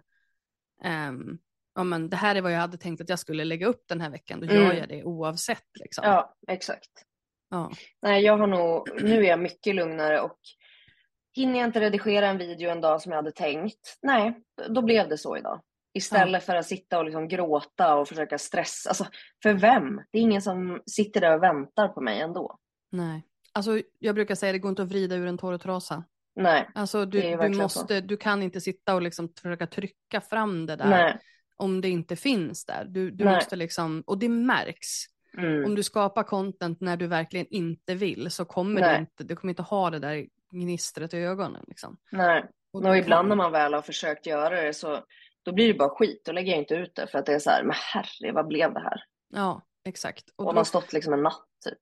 um, ja men det här är vad jag hade tänkt att jag skulle lägga upp den här veckan, då
Mm.
gör jag det oavsett liksom.
Ja, exakt.
Ja.
Nej, jag har nog, nu är jag mycket lugnare, och hinner jag inte redigera en video en dag som jag hade tänkt, nej, då blev det så idag. Istället
Ja.
för att sitta och liksom gråta och försöka stressa. Alltså, för vem? Det är ingen som sitter där och väntar på mig ändå.
Nej, alltså jag brukar säga det går inte att vrida ur en torr trasa.
Nej,
Alltså du,
det är
du
verkligen
måste, du kan inte sitta och liksom försöka trycka fram det där
nej.
om det inte finns där. Du, du
Nej.
måste liksom, och det märks.
Mm.
Om du skapar content när du verkligen inte vill, så kommer
Nej.
det inte, du kommer inte ha det där gnistret i ögonen liksom.
Nej,
Och
och
då
ibland
kan-
när man väl har försökt göra det, så då blir det bara skit. Då lägger jag inte ut det, för att det är så här, men herre, vad blev det här?
Ja, exakt.
Och
Och,
man
då,
har stått liksom en natt typ.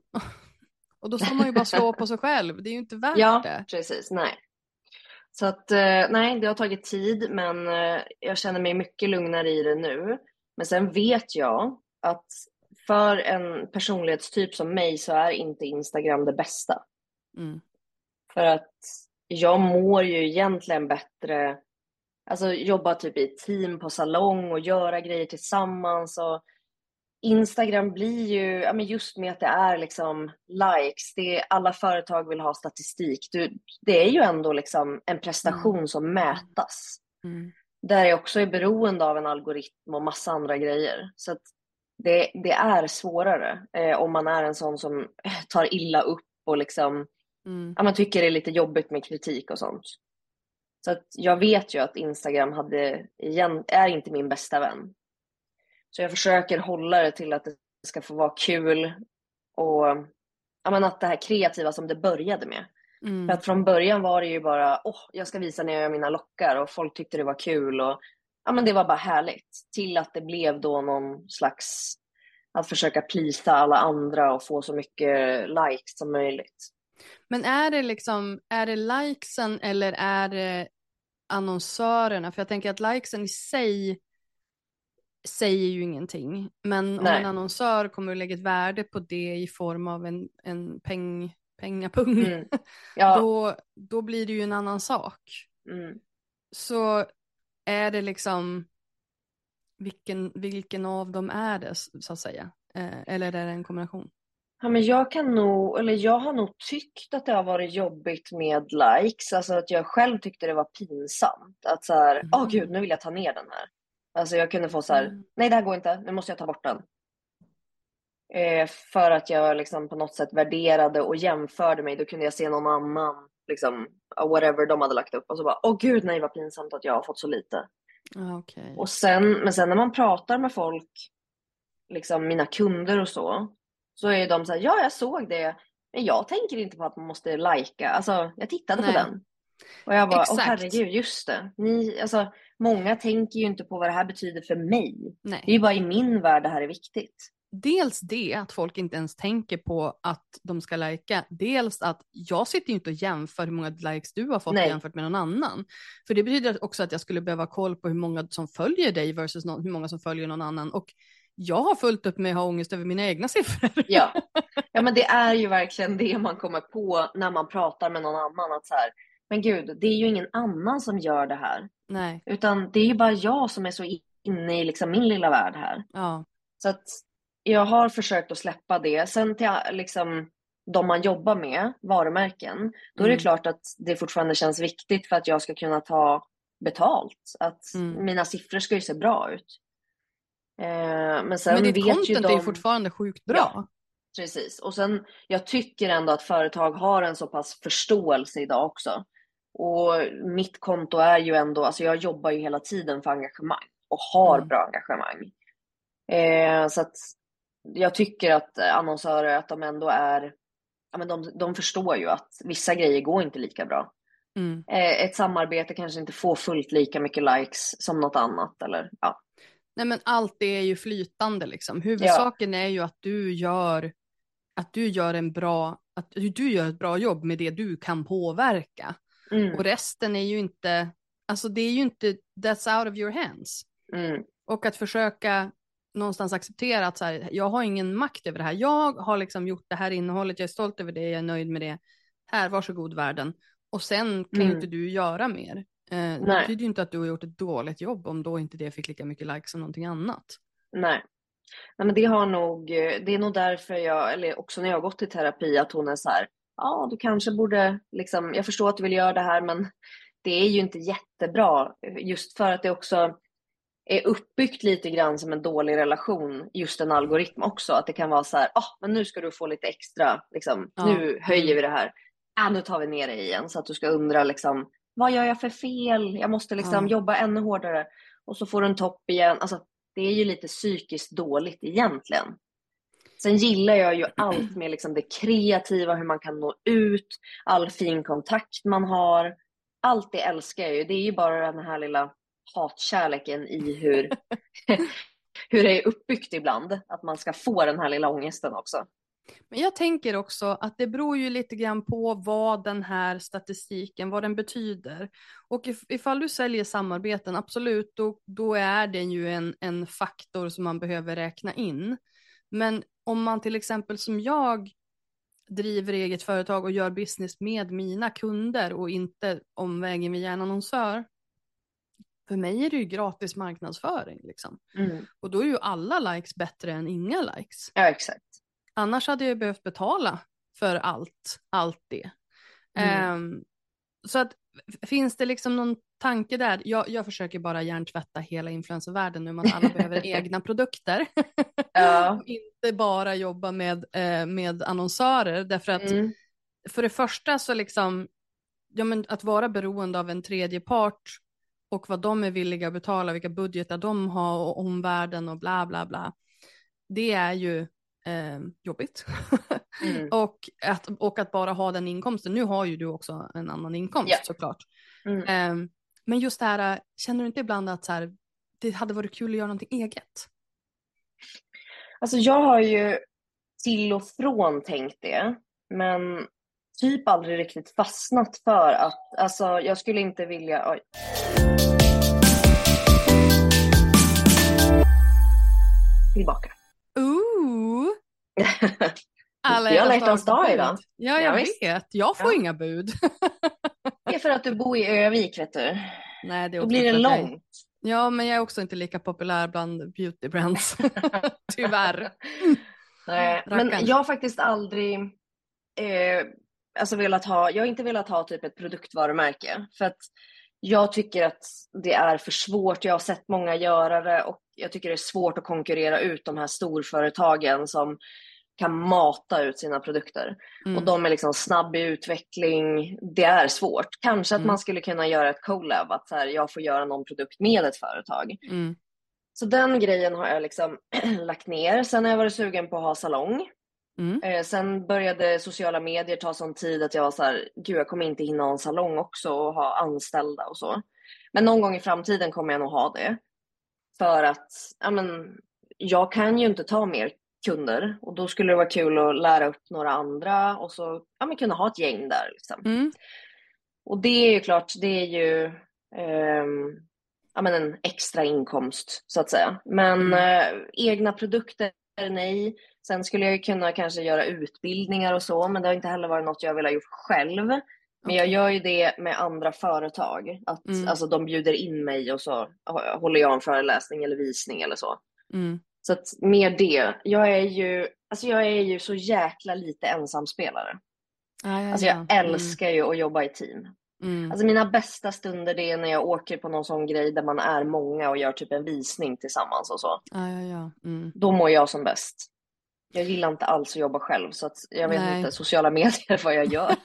och då ska man ju bara slå på sig själv. Det är ju inte värt
Ja,
det.
precis, nej. Så att, eh, nej, det har tagit tid, men eh, jag känner mig mycket lugnare i det nu. Men sen vet jag att för en personlighetstyp som mig så är inte Instagram det bästa.
Mm.
För att jag mår ju egentligen bättre, alltså jobba typ i team på salong och göra grejer tillsammans. Och Instagram blir ju, ja men just med att det är liksom likes, det är, alla företag vill ha statistik. Du, det är ju ändå liksom en prestation
Mm.
som mätas.
Mm.
Där jag också är beroende av en algoritm och massa andra grejer. Så att det, det är svårare eh, om man är en sån som tar illa upp och liksom,
Mm.
ja, man tycker det är lite jobbigt med kritik och sånt. Så att jag vet ju att Instagram hade, igen, är inte min bästa vän. Så jag försöker hålla det till att det ska få vara kul och ja, men att det här kreativa som det började med.
Mm.
För att från början var det ju bara, åh, jag ska visa när jag gör mina lockar, och folk tyckte det var kul och ja, men det var bara härligt. Till att det blev då någon slags, att försöka plisa alla andra och få så mycket likes som möjligt.
Men är det liksom, är det likesen eller är det annonsörerna? För jag tänker att likesen i sig säger ju ingenting. Men om
Nej.
en annonsör kommer att lägga ett värde på det i form av en, en peng, pengapung,
Mm. Ja.
då, då blir det ju en annan sak.
Mm.
Så är det liksom, vilken, vilken av dem är det så att säga? Eh, eller är det en kombination?
Ja, men jag kan nog, eller jag har nog tyckt att det har varit jobbigt med likes. Alltså att jag själv tyckte det var pinsamt. Att så här, åh
Mm.
gud, nu vill jag ta ner den här. Alltså jag kunde få så här,
Mm.
nej det här går inte, nu måste jag ta bort den. Eh, för att jag liksom på något sätt värderade och jämförde mig. Då kunde jag se någon annan, liksom, whatever de hade lagt upp. Och så bara, åh gud, nej vad pinsamt att jag har fått så lite.
Ah, okay.
Och sen, men sen när man pratar med folk, liksom mina kunder och så, så är de så här, ja jag såg det, men jag tänker inte på att man måste lajka. Alltså jag tittade
Nej.
på den. Och jag bara,
Exakt.
åh herregud, just det. Ni, alltså, många tänker ju inte på vad det här betyder för mig.
Nej.
Det är ju bara i min värld det här är viktigt.
Dels det, att folk inte ens tänker på att de ska lajka. Dels att jag sitter ju inte och jämför hur många likes du har fått
Nej.
jämfört med någon annan. För det betyder också att jag skulle behöva koll på hur många som följer dig versus någon, hur många som följer någon annan. Och jag har fullt upp med att ha ångest över mina egna siffror.
Ja. Ja, men det är ju verkligen det man kommer på när man pratar med någon annan. Att så här, men gud, det är ju ingen annan som gör det här.
Nej.
Utan det är ju bara jag som är så inne i liksom min lilla värld här.
Ja.
Så att jag har försökt att släppa det. Sen till liksom, de man jobbar med, varumärken, då är det
Mm.
klart att det fortfarande känns viktigt för att jag ska kunna ta betalt. Att
Mm.
mina siffror ska ju se bra ut. Eh, men sen
Men ditt
vet ju
content
de...
är ju fortfarande sjukt bra.
Ja. Precis. Och sen, jag tycker ändå att företag har en så pass förståelse idag också. Och mitt konto är ju ändå, alltså jag jobbar ju hela tiden för engagemang. Och har
Mm.
bra engagemang. Eh, så att jag tycker att annonsörer, att de ändå är, ja men de, de förstår ju att vissa grejer går inte lika bra.
Mm.
Eh, ett samarbete kanske inte får fullt lika mycket likes som något annat. Eller, ja.
Nej, men allt det är ju flytande liksom. Huvudsaken ja. är ju att du gör att du gör en bra att du gör ett bra jobb med det du kan påverka. Mm. Och resten är ju inte, alltså det är ju inte, that's out of your hands.
Mm.
Och att försöka någonstans acceptera att så här, jag har ingen makt över det här. Jag har liksom gjort det här innehållet, jag är stolt över det, jag är nöjd med det. Här, varsågod världen. Och sen kan mm. inte du göra mer. Eh, det betyder ju inte att du har gjort ett dåligt jobb om då inte det fick lika mycket likes som någonting annat.
Nej. Nej, men det har nog, det är nog därför jag, eller också när jag har gått i terapi, att hon är så här, ja du kanske borde, liksom, jag förstår att du vill göra det här, men det är ju inte jättebra, just för att det också är uppbyggt lite grann som en dålig relation, just en algoritm också, att det kan vara så här, ja ah, men nu ska du få lite extra, liksom, ja. Nu höjer vi det här, ah, nu tar vi ner det igen, så att du ska undra liksom, vad gör jag för fel, jag måste liksom ja. jobba ännu hårdare, och så får du en topp igen, alltså det är ju lite psykiskt dåligt egentligen. Sen gillar jag ju allt med liksom det kreativa, hur man kan nå ut, all fin kontakt man har. Allt det älskar jag ju. Det är ju bara den här lilla hatkärleken i hur, hur det är uppbyggt ibland. Att man ska få den här lilla ångesten också.
Men jag tänker också att det beror ju lite grann på vad den här statistiken, vad den betyder. Och if, ifall du säljer samarbeten, absolut, då, då är det ju en, en faktor som man behöver räkna in. Men om man till exempel som jag driver eget företag och gör business med mina kunder och inte omvägen via en annonsör, för mig är det ju gratis marknadsföring liksom. Mm. Och då är ju alla likes bättre än inga likes.
Ja, exakt.
Annars hade jag behövt betala för allt, allt det. Mm. Um, så att finns det liksom någon tanke där? Jag, jag försöker bara hjärntvätta hela influencervärlden nu, man alla behöver egna produkter. Ja. Inte bara jobba med, eh, med annonsörer, därför att mm. för det första så liksom, ja men att vara beroende av en tredje part och vad de är villiga att betala, vilka budgetar de har och omvärlden och bla bla bla. Det är ju Eh, jobbigt. Mm. och, att, och att bara ha den inkomsten. Nu har ju du också en annan inkomst yeah. såklart. Mm. Eh, men just det här, känner du inte ibland att så här, det hade varit kul att göra någonting eget?
Alltså jag har ju till och från tänkt det, men typ aldrig riktigt fastnat för att, alltså jag skulle inte vilja, oj. tillbaka.
Ooh! Alla
jag har
hjärtans
hjärtans dag
bud.
idag.
Ja, jag
Ja,
vet.
visst.
Jag får
Ja.
inga bud.
Det är för att du bor i Övik, vet du.
Nej, det är
Då
också
blir det
för att jag-
långt.
Ja, men jag är också inte lika populär bland beauty brands. Tyvärr.
Nej,
Rackarn.
men jag har faktiskt aldrig eh, alltså velat ha, jag har inte velat ha typ ett produktvarumärke. För att jag tycker att det är för svårt. Jag har sett många göra det och jag tycker det är svårt att konkurrera ut de här storföretagen som kan mata ut sina produkter.
Mm.
Och de är liksom snabb i utveckling. Det är svårt. Kanske att
Mm.
man skulle kunna göra ett collab. Att så här, jag får göra någon produkt med ett företag.
Mm.
Så den grejen har jag liksom lagt ner. Sen har jag varit sugen på att ha salong.
Mm.
Eh, sen började sociala medier ta sån tid att jag var så här, gud jag kommer inte hinna ha en salong också och ha anställda och så. Men någon gång i framtiden kommer jag nog ha det. För att ja, men, jag kan ju inte ta mer kunder och då skulle det vara kul att lära upp några andra och så ja, men kunna ha ett gäng där. Liksom.
Mm.
Och det är ju klart, det är ju ehm, ja, men en extra inkomst så att säga. Men
Mm.
eh, egna produkter, nej. Sen skulle jag ju kunna kanske göra utbildningar och så, men det har inte heller varit något jag vill ha gjort själv. Men
Okej.
jag gör ju det med andra företag. Att
Mm.
alltså, de bjuder in mig och så håller jag en föreläsning eller visning eller så.
Mm.
Så att mer det. Jag är ju, alltså jag är ju så jäkla lite ensamspelare.
Ja, ja,
Alltså
ja.
jag älskar ju att jobba i team.
Mm.
Alltså mina bästa stunder det är när jag åker på någon sån grej där man är många och gör typ en visning tillsammans och så.
Ja, ja, ja. Mm.
Då mår jag som bäst. Jag gillar inte alls att jobba själv så att jag vet
Nej.
inte sociala medier vad jag gör.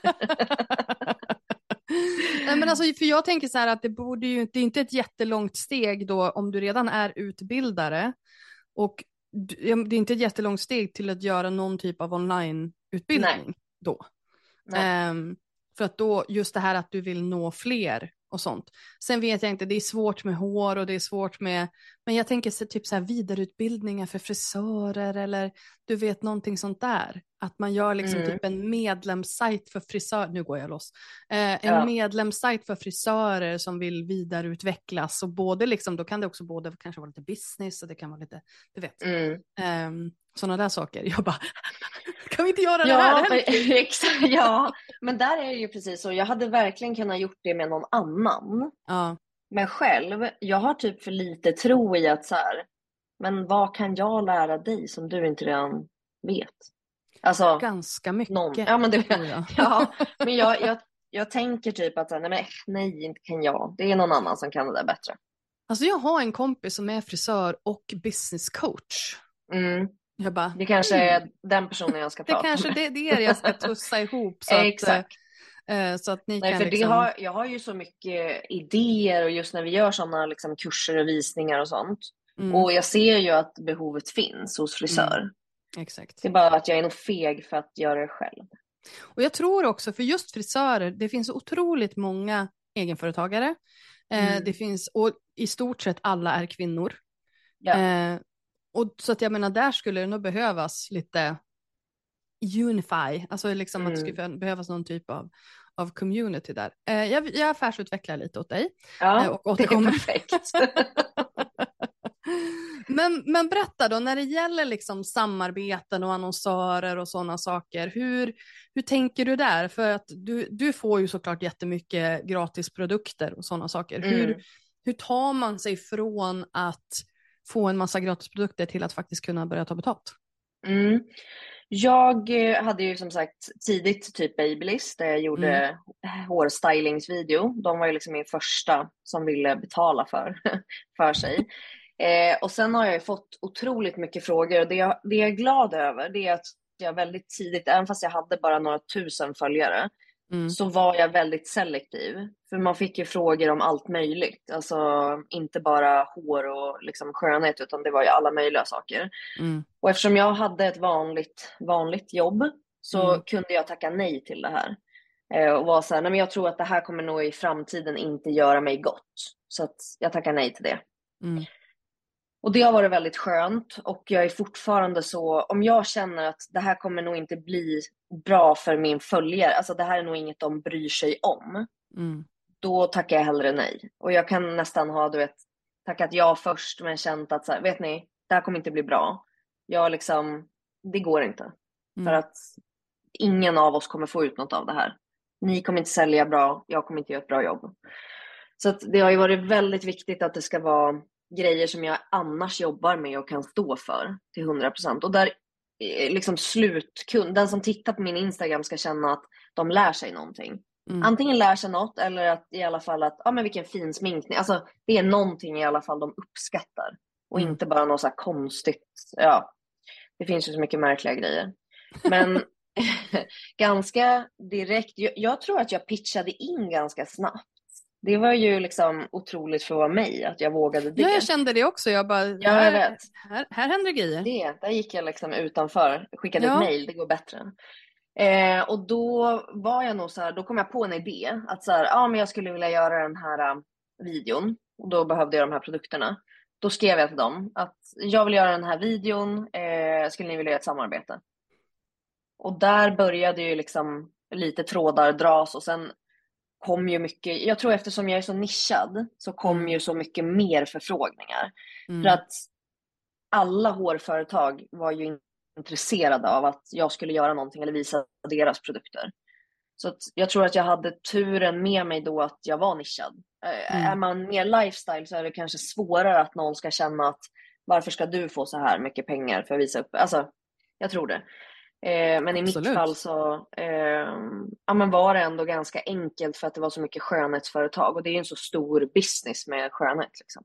Nej, men alltså, för jag tänker så här att det borde ju det är inte ett jättelångt steg då om du redan är utbildare och du- det är inte ett jättelångt steg till att göra någon typ av onlineutbildning
Nej.
då.
Nej.
Ehm, för att då just det här att du vill nå fler och sånt. Sen vet jag inte, det är svårt med hår och det är svårt med, men jag tänker så, typ så här vidareutbildningar för frisörer eller du vet någonting sånt där. Att man gör liksom
Mm.
typ en medlemssajt för frisörer, nu går jag loss. Eh, en
Ja.
medlemssajt för frisörer som vill vidareutvecklas och både liksom, då kan det också både kanske vara lite business och det kan vara lite, du vet,
Mm.
ehm, sådana där saker. Jag bara, kan vi inte göra det
Ja,
här?
men, exakt, ja, men där är det ju precis så. Jag hade verkligen kunnat gjort det med någon annan.
Ja.
Men själv, jag har typ för lite tro i att så här, men vad kan jag lära dig som du inte redan vet? Alltså,
Ganska mycket.
någon. Ja, men det,
tror jag.
ja, men jag, jag, jag tänker typ att så här, nej, men, nej, inte kan jag. Det är någon annan som kan det där bättre.
Alltså jag har en kompis som är frisör och business coach.
Mm.
Jag bara,
Det kanske är den personen jag ska
det
prata
kanske
med.
det, det är det jag ska tussa ihop så att,
Exakt.
eh, så att ni
Nej,
kan
för
liksom...
det har, jag har ju så mycket idéer och just när vi gör sådana liksom, kurser och visningar och sånt.
Mm,
Och jag ser ju att behovet finns hos frisör.
Mm. exakt.
Det är bara att jag är nog feg för att göra det själv.
Och jag tror också, för just frisörer, det finns så otroligt många egenföretagare. Eh,
Mm.
det finns, och i stort sett alla är kvinnor.
Ja.
Eh, och så att jag menar, där skulle det nog behövas lite unify, alltså liksom att det
Mm.
skulle behövas någon typ av, av community där. Eh, jag, jag affärsutvecklar lite åt dig.
Ja,
Eh, och
det är
återkommer.
perfekt.
men, men berätta då, när det gäller liksom samarbeten och annonsörer och sådana saker, hur, hur tänker du där? För att du, du får ju såklart jättemycket gratis produkter och sådana saker.
Mm.
Hur, hur tar man sig från att få en massa gratisprodukter till att faktiskt kunna börja ta betalt?
Mm. Jag eh, hade ju som sagt tidigt typ Babyliss där jag gjorde
Mm.
hårstylingsvideo. De var ju liksom min första som ville betala för, för sig. Eh, och sen har jag ju fått otroligt mycket frågor och det jag, det jag är glad över det är att jag väldigt tidigt, även fast jag hade bara några tusen följare,
Mm.
så var jag väldigt selektiv. För man fick ju frågor om allt möjligt. Alltså inte bara hår och liksom skönhet utan det var ju alla möjliga saker.
Mm.
Och eftersom jag hade ett vanligt, vanligt jobb så
Mm.
kunde jag tacka nej till det här. Eh, och var så här, nej men jag tror att det här kommer nog i framtiden inte göra mig gott. Så att jag tackar nej till det.
Mm.
Och det har varit väldigt skönt och jag är fortfarande så, om jag känner att det här kommer nog inte bli bra för min följare, alltså det här är nog inget de bryr sig om,
Mm.
då tackar jag hellre nej. Och jag kan nästan ha, du vet, tackat ja först men känt att så här, vet ni, det här kommer inte bli bra. Jag liksom, det går inte.
Mm.
För att ingen av oss kommer få ut något av det här. Ni kommer inte sälja bra, jag kommer inte göra ett bra jobb. Så att det har ju varit väldigt viktigt att det ska vara grejer som jag annars jobbar med och kan stå för till hundra procent. Och där liksom slutkund, den som tittar på min Instagram ska känna att de lär sig någonting. Mm. Antingen lär sig något eller att i alla fall att, ja men vilken fin sminkning. Alltså det är någonting i alla fall de uppskattar. Och mm. inte bara något så här konstigt, ja. Det finns ju så mycket märkliga grejer. Men ganska direkt, jag, jag tror att jag pitchade in ganska snabbt. Det var ju liksom otroligt för mig att jag vågade det.
Ja, jag kände det också. Jag bara,
ja,
här,
jag vet.
Här, här händer grejer.
Det, där gick jag liksom utanför. Skickade
ja.
ett mejl, det går bättre. Eh, och då var jag nog så här, då kom jag på en idé. Att så här, ja men jag skulle vilja göra den här uh, videon. Och då behövde jag de här produkterna. Då skrev jag till dem att jag vill göra den här videon. Eh, skulle ni vilja göra ett samarbete? Och där började ju liksom lite trådar dras och sen kom ju mycket, jag tror eftersom jag är så nischad så kom mm. ju så mycket mer förfrågningar. Mm. För att alla hårföretag var ju intresserade av att jag skulle göra någonting eller visa deras produkter. Så att jag tror att jag hade turen med mig då att jag var nischad. Mm. Är man mer lifestyle så är det kanske svårare att någon ska känna att varför ska du få så här mycket pengar för att visa upp? Alltså, jag tror det. Eh, men
Absolut.
I mitt fall så eh, ja, men var det ändå ganska enkelt för att det var så mycket skönhetsföretag och det är en så stor business med skönhet liksom.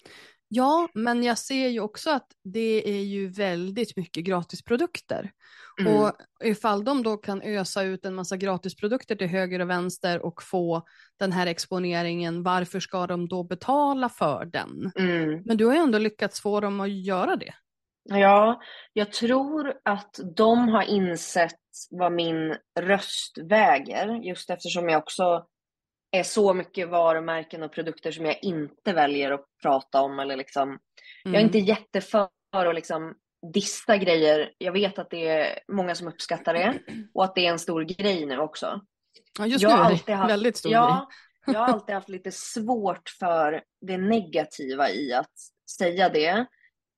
Ja, men jag ser ju också att det är ju väldigt mycket gratisprodukter. Mm. Och ifall de då kan ösa ut en massa gratisprodukter till höger och vänster och få den här exponeringen, varför ska de då betala för den? Mm. Men du har ju ändå lyckats få dem att göra det.
Ja, jag tror att de har insett vad min röst väger. Just eftersom jag också är så mycket varumärken och produkter som jag inte väljer att prata om. Eller liksom, mm. Jag är inte jätteför att liksom dissa grejer. Jag vet att det är många som uppskattar det. Och att det är en stor grej nu också.
Ja, just
jag
nu
har
är
alltid
det
haft,
väldigt stor
ja,
grej.
Jag har alltid haft lite svårt för det negativa i att säga det.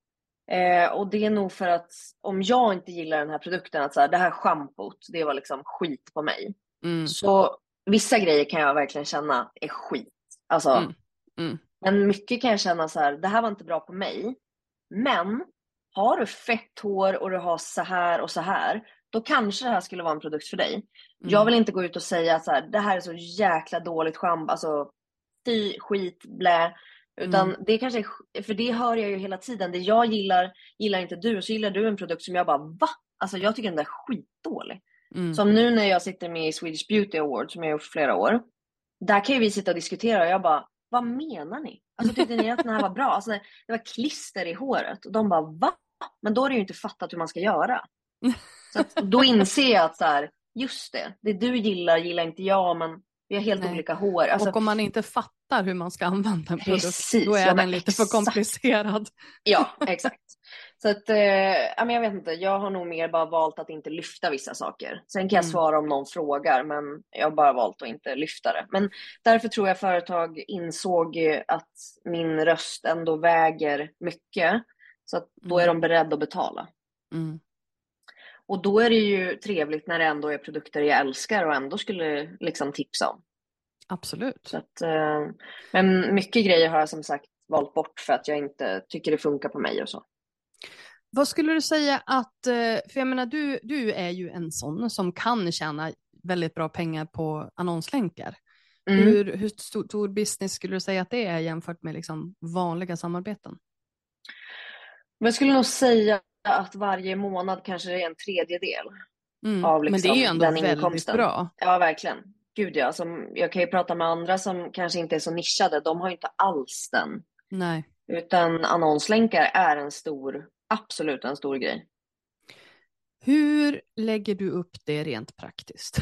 Eh, och det är nog för att om jag inte gillar den här produkten, att så här, det här schampot, det var liksom skit på mig. Mm. Så vissa grejer kan jag verkligen känna är skit. Alltså, mm. Mm. Men mycket kan jag känna så här, det här var inte bra på mig. Men har du fett hår och du har så här och så här, då kanske det här skulle vara en produkt för dig. Mm. Jag vill inte gå ut och säga så här, det här är så jäkla dåligt schampo, alltså fy, skit, blä. Utan mm. det kanske är, för det hör jag ju hela tiden. Det jag gillar, gillar inte du. Så gillar du en produkt som jag bara, va? Alltså jag tycker den där är skitdålig. Mm. Som nu när jag sitter med i Swedish Beauty Award, som jag har gjort flera år. Där kan ju vi sitta och diskutera och jag bara, vad menar ni? Alltså tyckte ni att den här var bra? Alltså det var klister i håret. Och de bara, va? Men då har du ju inte fattat hur man ska göra. Så att, då inser jag att så här, just det, det du gillar gillar inte jag, men vi har helt Nej. olika hår. Alltså,
och om man inte fattar hur man ska använda en produkt,
precis,
då är
ja,
den lite
exakt.
för komplicerad.
Ja, exakt. Så att, eh, jag vet inte, jag har nog mer bara valt att inte lyfta vissa saker. Sen kan jag mm. svara om någon frågar, men jag har bara valt att inte lyfta det. Men därför tror jag företag insåg att min röst ändå väger mycket. Så att då är de beredda att betala. Mm. Och då är det ju trevligt när det ändå är produkter jag älskar och ändå skulle liksom tipsa om.
Absolut.
Så att, eh, men mycket grejer har jag som sagt valt bort för att jag inte tycker det funkar på mig och så.
Vad skulle du säga att, för jag menar du, du är ju en sån som kan tjäna väldigt bra pengar på annonslänkar. Mm. Hur, hur stor, stor business skulle du säga att det är jämfört med liksom vanliga samarbeten?
Jag skulle nog säga att varje månad kanske det är en tredjedel
mm.
av liksom
men det är ju ändå
den
väldigt
inkomsten.
Bra.
Ja, verkligen. Gud ja, som, jag kan ju prata med andra som kanske inte är så nischade. De har ju inte alls den.
Nej.
Utan annonslänkar är en stor, absolut en stor grej.
Hur lägger du upp det rent praktiskt?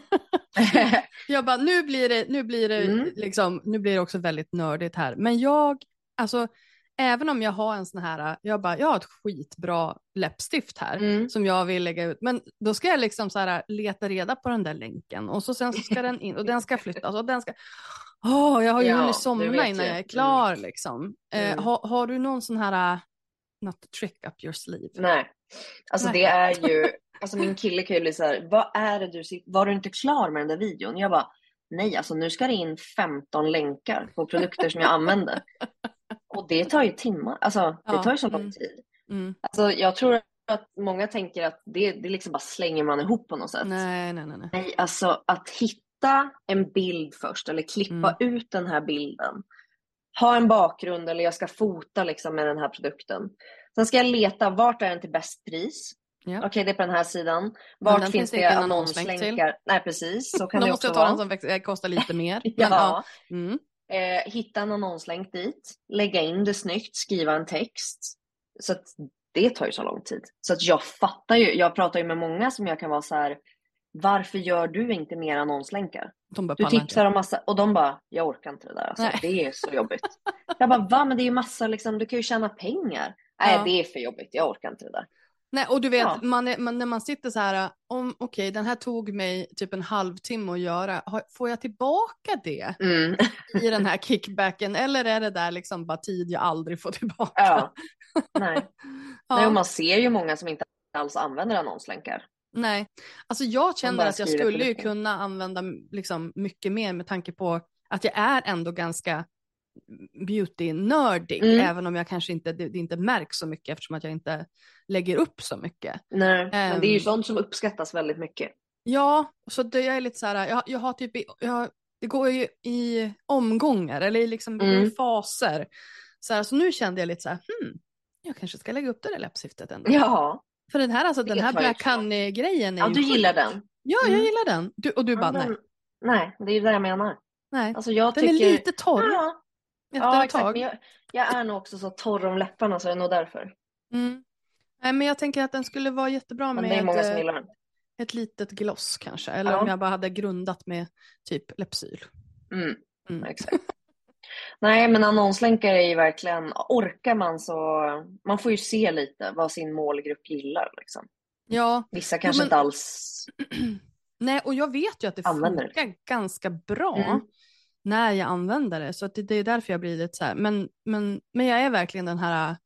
Jag bara, nu blir det, nu blir det mm. liksom, nu blir det också väldigt nördigt här. Men jag, alltså, även om jag har en sån här, jag bara, jag har ett skitbra läppstift här mm. som jag vill lägga ut. Men då ska jag liksom så här leta reda på den där länken. Och så sen så ska den in och den ska flyttas och den ska... Åh, oh, jag har ju ja, hunnit somna innan jag är klar mm. liksom. Eh,
mm.
har, har du någon sån här, not a trick up your sleeve.
Nej, alltså
Nej.
det är ju, alltså min kille kan ju bli så här, vad är det du, var du inte klar med den där videon? Jag bara, nej, alltså nu ska det in femton länkar på produkter som jag använder. Och det tar ju timmar, alltså det
Ja,
tar ju så lång
mm.
tid.
Mm.
Alltså jag tror att många tänker att det, det liksom bara slänger man ihop på något sätt.
Nej, nej, nej, nej.
Nej, alltså att hitta en bild först eller klippa
Mm.
ut den här bilden. Ha en bakgrund eller jag ska fota liksom med den här produkten. Sen ska jag leta, vart är den till bäst pris?
Ja.
Okej, det är på den här sidan.
Men
Vart
den
finns
finns
det
inte en annonslänk
annonslänkar? Nej, precis. Så kan
Då
det
måste
också
jag ta
vara.
den som väx- kostar lite mer. Men,
Ja.
ja. Mm.
Eh, hitta en annonslänk dit. Lägga in det snyggt. Skriva en text. Så att det tar ju så lång tid. Så att jag fattar ju. Jag pratar ju med många som jag kan vara så här. Varför gör du inte mer annonslänkar?
De bara
Du
pallar
tipsar om massa. Och de bara, jag orkar inte det där. Alltså, det är så jobbigt. Jag bara, va? Men det är ju massa liksom. Du kan ju tjäna pengar. Nej,
Ja.
det är för jobbigt. Jag orkar inte det där.
Nej, och du vet,
Ja.
man är, man, när man sitter så här, om okej, den här tog mig typ en halvtimme att göra, har, får jag tillbaka det
Mm.
i den här kickbacken, eller är det där liksom bara tid jag aldrig får tillbaka?
Ja. Nej.
Ja.
Nej, och man ser ju många som inte alls använder annonslänkar.
Nej, alltså jag
De
känner
bara
att jag
skriver
skulle ju
produkter.
kunna använda liksom mycket mer med tanke på att jag är ändå ganska beauty-nördig,
Mm.
även om jag kanske inte, det, det inte märks så mycket eftersom att jag inte lägger upp så mycket.
Nej, men det är ju
Ehm.
sånt som uppskattas väldigt mycket.
Ja, så det jag är lite så här, jag, jag har typ, i- jag, har- det går ju i omgångar eller i liksom det går i
Mm.
faser. Så, här, så nu kände jag lite så här, hmm, jag kanske ska lägga upp det där läppstiftet ändå.
Ja,
För den här, alltså,
Det
den här
tar ju
Black
så.
Honey-grejen är
ja
ju
du gillar
sjuk.
den.
Ja, jag
Mm.
gillar den. Du, och du
Ja,
bara,
den-
nej.
Nej, det är ju det jag menar.
nej.
Alltså jag
Den
tycker...
är lite torr
Ja,
efter
ja
ett
exakt.
tag.
Men jag, jag är nog också så torr om läpparna så det är nog därför.
Mm. Nej, men jag tänker att den skulle vara jättebra
Men det är
med
många som
eh,
gillar den.
ett litet gloss kanske. Eller
Ja.
om jag bara hade grundat med typ Läppsyl.
Mm.
Mm.
Exakt. Nej, men annonslänkar är ju verkligen... Orkar man så... Man får ju se lite vad sin målgrupp gillar. Liksom.
Ja,
Vissa kanske
men-
inte alls...
nej, och jag vet ju att det
Använder det.
funkar ganska bra
Mm.
när jag använder det. Så att det, det är därför jag blir lite så här. Men, men, men jag är verkligen den här...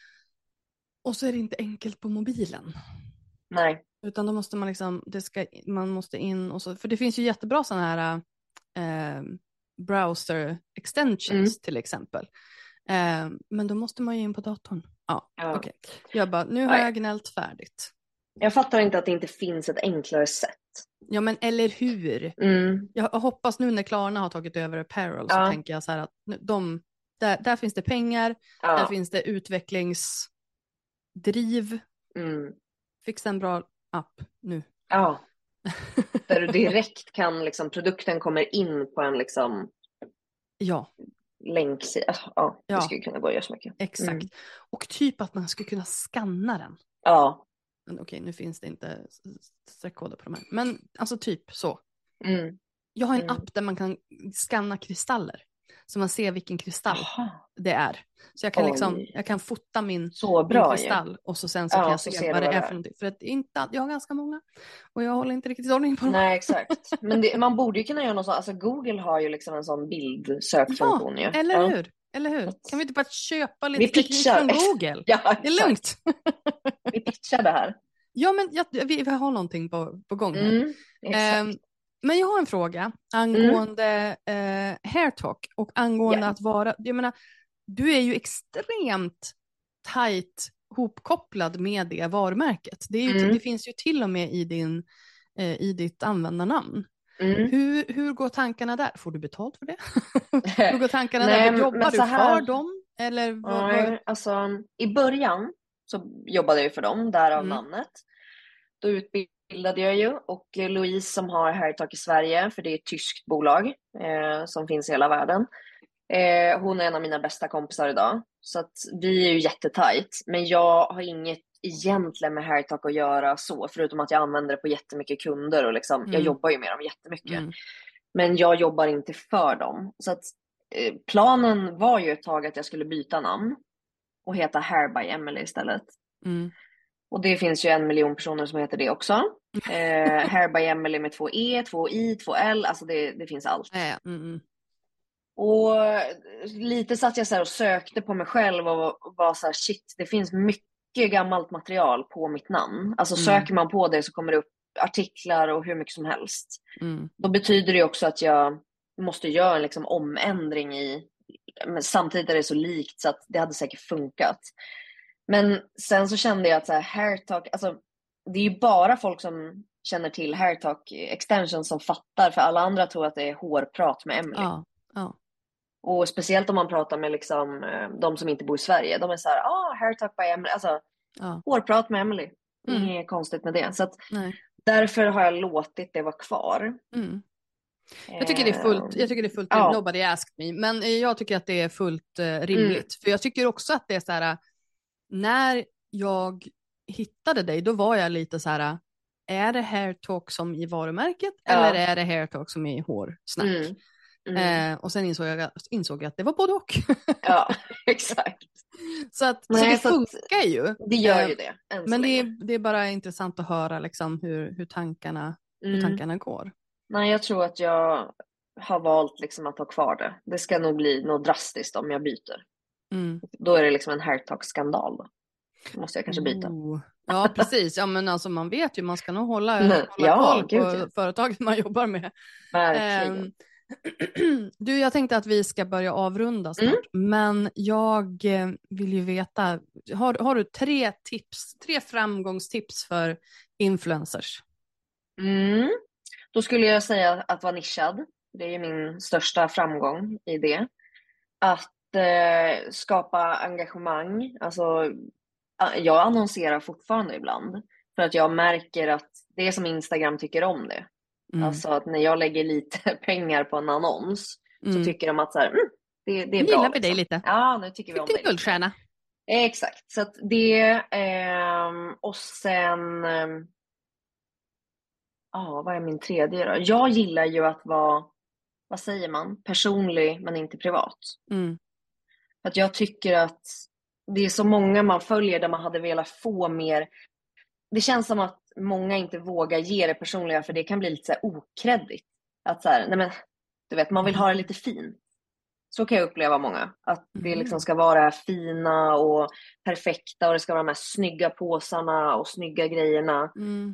Och så är det inte enkelt på mobilen.
Nej.
Utan då måste man liksom... Det ska, man måste in och så... För det finns ju jättebra sådana här eh, browser extensions
Mm.
till exempel. Eh, men då måste man ju in på datorn. Ja,
Ja.
okej. Jag bara, nu har
Nej.
jag gnällt färdigt.
Jag fattar inte att det inte finns ett enklare sätt.
Ja, men eller hur?
Mm.
Jag hoppas nu när Klarna har tagit över Apparel så
Ja.
tänker jag så här att nu- de, där, där finns det pengar, där
Ja.
finns det utvecklingsdriv.
Mm.
Fixa en bra app nu.
Ja. Där du direkt kan, liksom, produkten kommer in på en liksom
Ja,
länksida. Alltså, ja, det
Ja.
skulle kunna gå att göra så mycket.
exakt.
Mm.
Och typ att man skulle kunna scanna den.
Ja.
Men okej, nu finns det inte s- s- streckkoder på de här. Men alltså typ så.
Mm.
Jag har en
Mm.
app där man kan scanna kristaller. Så man ser vilken kristall
Jaha.
det är. Så jag kan,
Oj.
liksom, jag kan fota min
Så
min
bra ju.
kristall och så sen så
Ja,
kan jag
så
se
ser
vad
du
det
vad
är
det
för
är.
någonting. För att inte, jag har ganska många och jag håller inte riktigt ordning på dem.
Nej, exakt. Men det, man borde ju kunna göra något sånt. Alltså Google har ju liksom en sån bildsökfunktion ju.
Ja, eller
Ja.
hur? Eller hur? Kan vi inte bara köpa lite
Vi
teknik
pitchar.
från Google?
Ja,
Det är
exakt.
lugnt.
Vi pitchar det här.
Ja, men jag, vi, vi har någonting på, på gång här.
Mm. Exakt.
Ehm, men jag har en fråga angående eh, hairtalk och angående
Ja.
att vara, jag menar, du är ju extremt tajt hopkopplad med det varumärket. Det, är ju,
Mm.
det finns ju till och med i, din, eh, i ditt användarnamn.
Mm.
Hur, hur går tankarna där? Får du betalt för det? Hur går tankarna
Nej,
där?
men
Jobbar du
så här-
för dem? Eller vad, vad?
Nej, alltså i början så jobbade jag ju för dem, därav
Mm.
namnet. Då utbildade jag ju och Louise som har Hairtalk i Sverige, för det är ett tyskt bolag eh, som finns i hela världen. Eh, hon är en av mina bästa kompisar idag. Så att vi är ju jättetajt. Men jag har inget egentligen med Hairtalk att göra så. Förutom att jag använder det på jättemycket kunder. Och liksom,
Mm.
jag jobbar ju med dem jättemycket.
Mm.
Men jag jobbar inte för dem. Så att eh, planen var ju ett tag att jag skulle byta namn. Och heta Hair by Emily istället.
Mm.
Och det finns ju en miljon personer som heter det också. Eh, Hair by Emily med två E, två I, två L. Alltså det, det finns allt.
Äh, mm, mm.
Och lite satt jag så här och sökte på mig själv och var så här, shit, det finns mycket gammalt material på mitt namn. Alltså mm. söker man på det så kommer det upp artiklar och hur mycket som helst. Mm. Då betyder det också att jag måste göra en liksom omändring i, men samtidigt är det så likt så att det hade säkert funkat. Men sen så kände jag att så här, Hairtalk, alltså det är ju bara folk som känner till Hairtalk extension som fattar, för alla andra tror att det är hårprat med Emily.
Ja, ja.
Och speciellt om man pratar med liksom de som inte bor i Sverige, de är så här, ah, Hairtalk by Emily, alltså ja. Hårprat med Emily. Mm. Inget konstigt med det. Så att därför har jag låtit det vara kvar.
Mm. Jag tycker det är fullt, jag tycker det är fullt ja. Nobody asked me, men jag tycker att det är fullt uh, rimligt. Mm. För jag tycker också att det är så här, när jag hittade dig, då var jag lite så här, är det Hairtalk som i varumärket ja. Eller är det Hairtalk som i hårsnack? Mm. Mm. Eh, och sen insåg jag, insåg jag att det var både och.
Ja, exakt.
Så, att, Nej, så det så funkar ju.
Det gör ju det.
Men det är, det är bara intressant att höra liksom, hur, hur, tankarna, mm. hur tankarna går.
Nej, jag tror att jag har valt liksom att ha kvar det. Det ska nog bli något drastiskt om jag byter. Mm. Då är det liksom en Hairtalk-skandal då. Då måste jag kanske byta. Oh.
Ja, precis. Ja, men alltså man vet ju, man ska nog hålla, hålla ja, koll på gud, ja. Företaget man jobbar med.
Verkligen.
Um, du, jag tänkte att vi ska börja avrunda snart. Mm. Men jag vill ju veta, har, har du tre tips, tre framgångstips för influencers?
Mm. Då skulle jag säga att vara nischad. Det är min största framgång i det. Att eh, skapa engagemang. Alltså, jag annonserar fortfarande ibland. För att jag märker att det är som Instagram tycker om det. Mm. Alltså att när jag lägger lite pengar på en annons mm. så tycker de att så här, mm, det, det är
nu
bra.
Gillar vi dig lite.
Ja, nu tycker vi om
dig.
Det är
guldstjärna.
Exakt. Så att det eh, och sen eh, ja, vad är min tredje då? Jag gillar ju att vara, vad säger man, personlig men inte privat. Mm. Att jag tycker att det är så många man följer där man hade velat få mer. Det känns som att många inte vågar ge det personliga, för det kan bli lite så här okreddigt. Att så här, nej men, du vet, man vill ha det lite fint. Så kan jag uppleva många. Att det liksom ska vara det här fina och perfekta, och det ska vara de här snygga påsarna och snygga grejerna. Mm.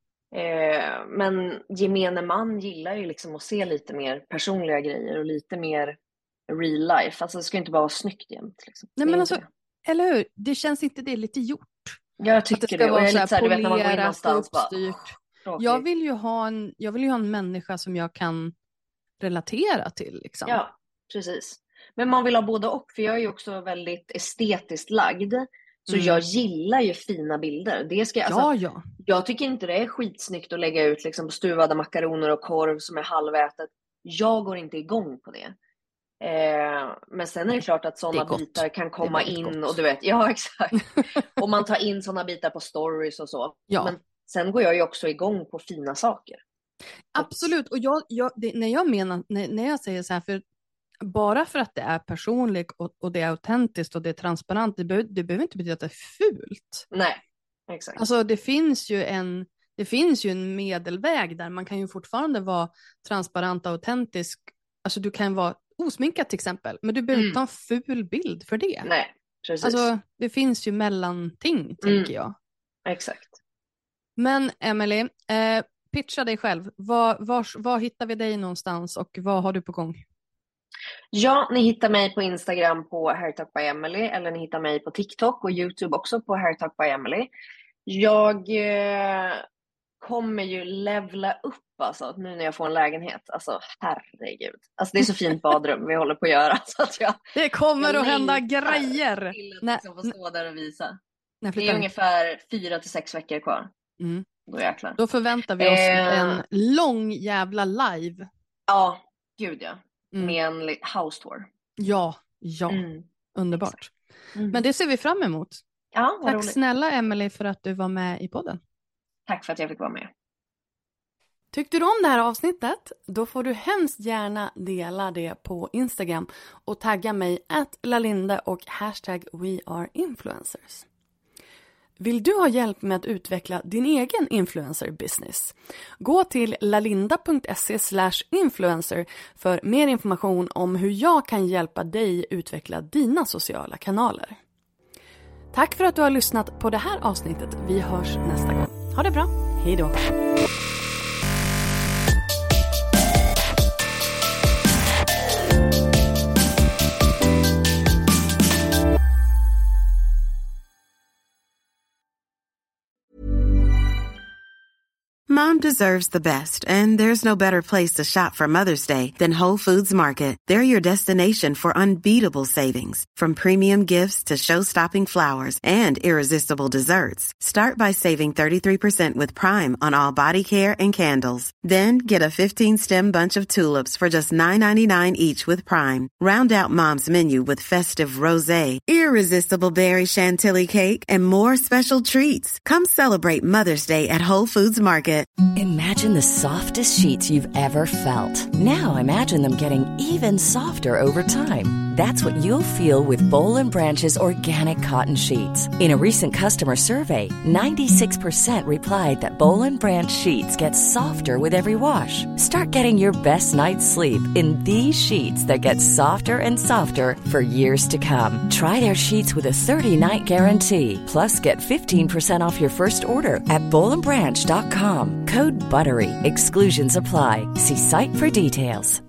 Eh, men gemene man gillar ju liksom att se lite mer personliga grejer och lite mer real life. Alltså det ska inte bara vara snyggt jämt. Liksom.
Nej men alltså, det. Eller hur? Det känns inte det lite gjort?
Jag tycker
att det.
det.
Ska vara
och jag
så
är lite så här, du vet när man går in någonstans
bara, åh, jag vill ju ha en, jag vill ju ha en människa som jag kan relatera till. Liksom.
Ja, precis. Men man vill ha både och, för jag är ju också väldigt estetiskt lagd. Så mm. jag gillar ju fina bilder. Det ska, alltså,
ja, ja.
Jag tycker inte det är skitsnyggt att lägga ut liksom, stuvade makaroner och korv som är halvätet. Jag går inte igång på det. Eh, men sen är det klart att sådana bitar kan komma in gott. Och du vet, ja exakt. Och man tar in sådana bitar på stories och så. Ja. Men sen går jag ju också igång på fina saker.
Absolut, och jag, jag, det, när jag menar, när, när jag säger så här, för bara för att det är personligt och, och det är autentiskt och det är transparent, det, be, det behöver inte betyda att det är fult.
Nej, exakt.
Alltså det finns ju en det finns ju en medelväg där. Man kan ju fortfarande vara transparent och autentisk. Alltså du kan vara osminkad till exempel, men du behöver inte mm. ha en ful bild för det.
Nej, precis.
Alltså det finns ju mellanting, mm. tänker jag.
Exakt.
Men Emily, eh, pitcha dig själv. Var, var, var hittar vi dig någonstans och vad har du på gång?
Ja, ni hittar mig på Instagram på Hairtalk by Emily, eller ni hittar mig på TikTok och YouTube också på Hairtalk by Emily. Jag eh, kommer ju levla upp alltså, nu när jag får en lägenhet. Alltså herregud. Alltså det är så fint badrum vi håller på att göra. Så att jag,
det kommer att hända grejer.
Till att liksom få stå där och visa. Det är ungefär fyra till sex veckor kvar.
Mm.
Då jäklar.
Då förväntar vi oss eh, en lång jävla live.
Ja, gud ja. Mm. Med en house tour.
Ja, ja. Mm. Underbart. Mm. Men det ser vi fram emot.
Ja,
tack
roligt.
Snälla Emily för att du var med i podden.
Tack för att jag fick vara med.
Tyckte du om det här avsnittet? Då får du hemskt gärna dela det på Instagram och tagga mig at lalinde och hashtag we are influencers. Vill du ha hjälp med att utveckla din egen influencer business? Gå till lalinda.se slash influencer för mer information om hur jag kan hjälpa dig utveckla dina sociala kanaler. Tack för att du har lyssnat på det här avsnittet. Vi hörs nästa gång. Ha det bra. Hej då.
Mom deserves the best, and there's no better place to shop for Mother's Day than Whole Foods Market. They're your destination for unbeatable savings, from premium gifts to show-stopping flowers and irresistible desserts. Start by saving thirty-three percent with Prime on all body care and candles. Then get a fifteen-stem bunch of tulips for just nine ninety-nine each with Prime. Round out Mom's menu with festive rosé, irresistible berry chantilly cake, and more special treats. Come celebrate Mother's Day at Whole Foods Market.
Imagine the softest sheets you've ever felt. Now imagine them getting even softer over time. That's what you'll feel with Boll and Branch's organic cotton sheets. In a recent customer survey, ninety-six percent replied that Boll and Branch sheets get softer with every wash. Start getting your best night's sleep in these sheets that get softer and softer for years to come. Try their sheets with a thirty-night guarantee. Plus, get fifteen percent off your first order at boll and branch dot com. Code BUTTERY. Exclusions apply. See site for details.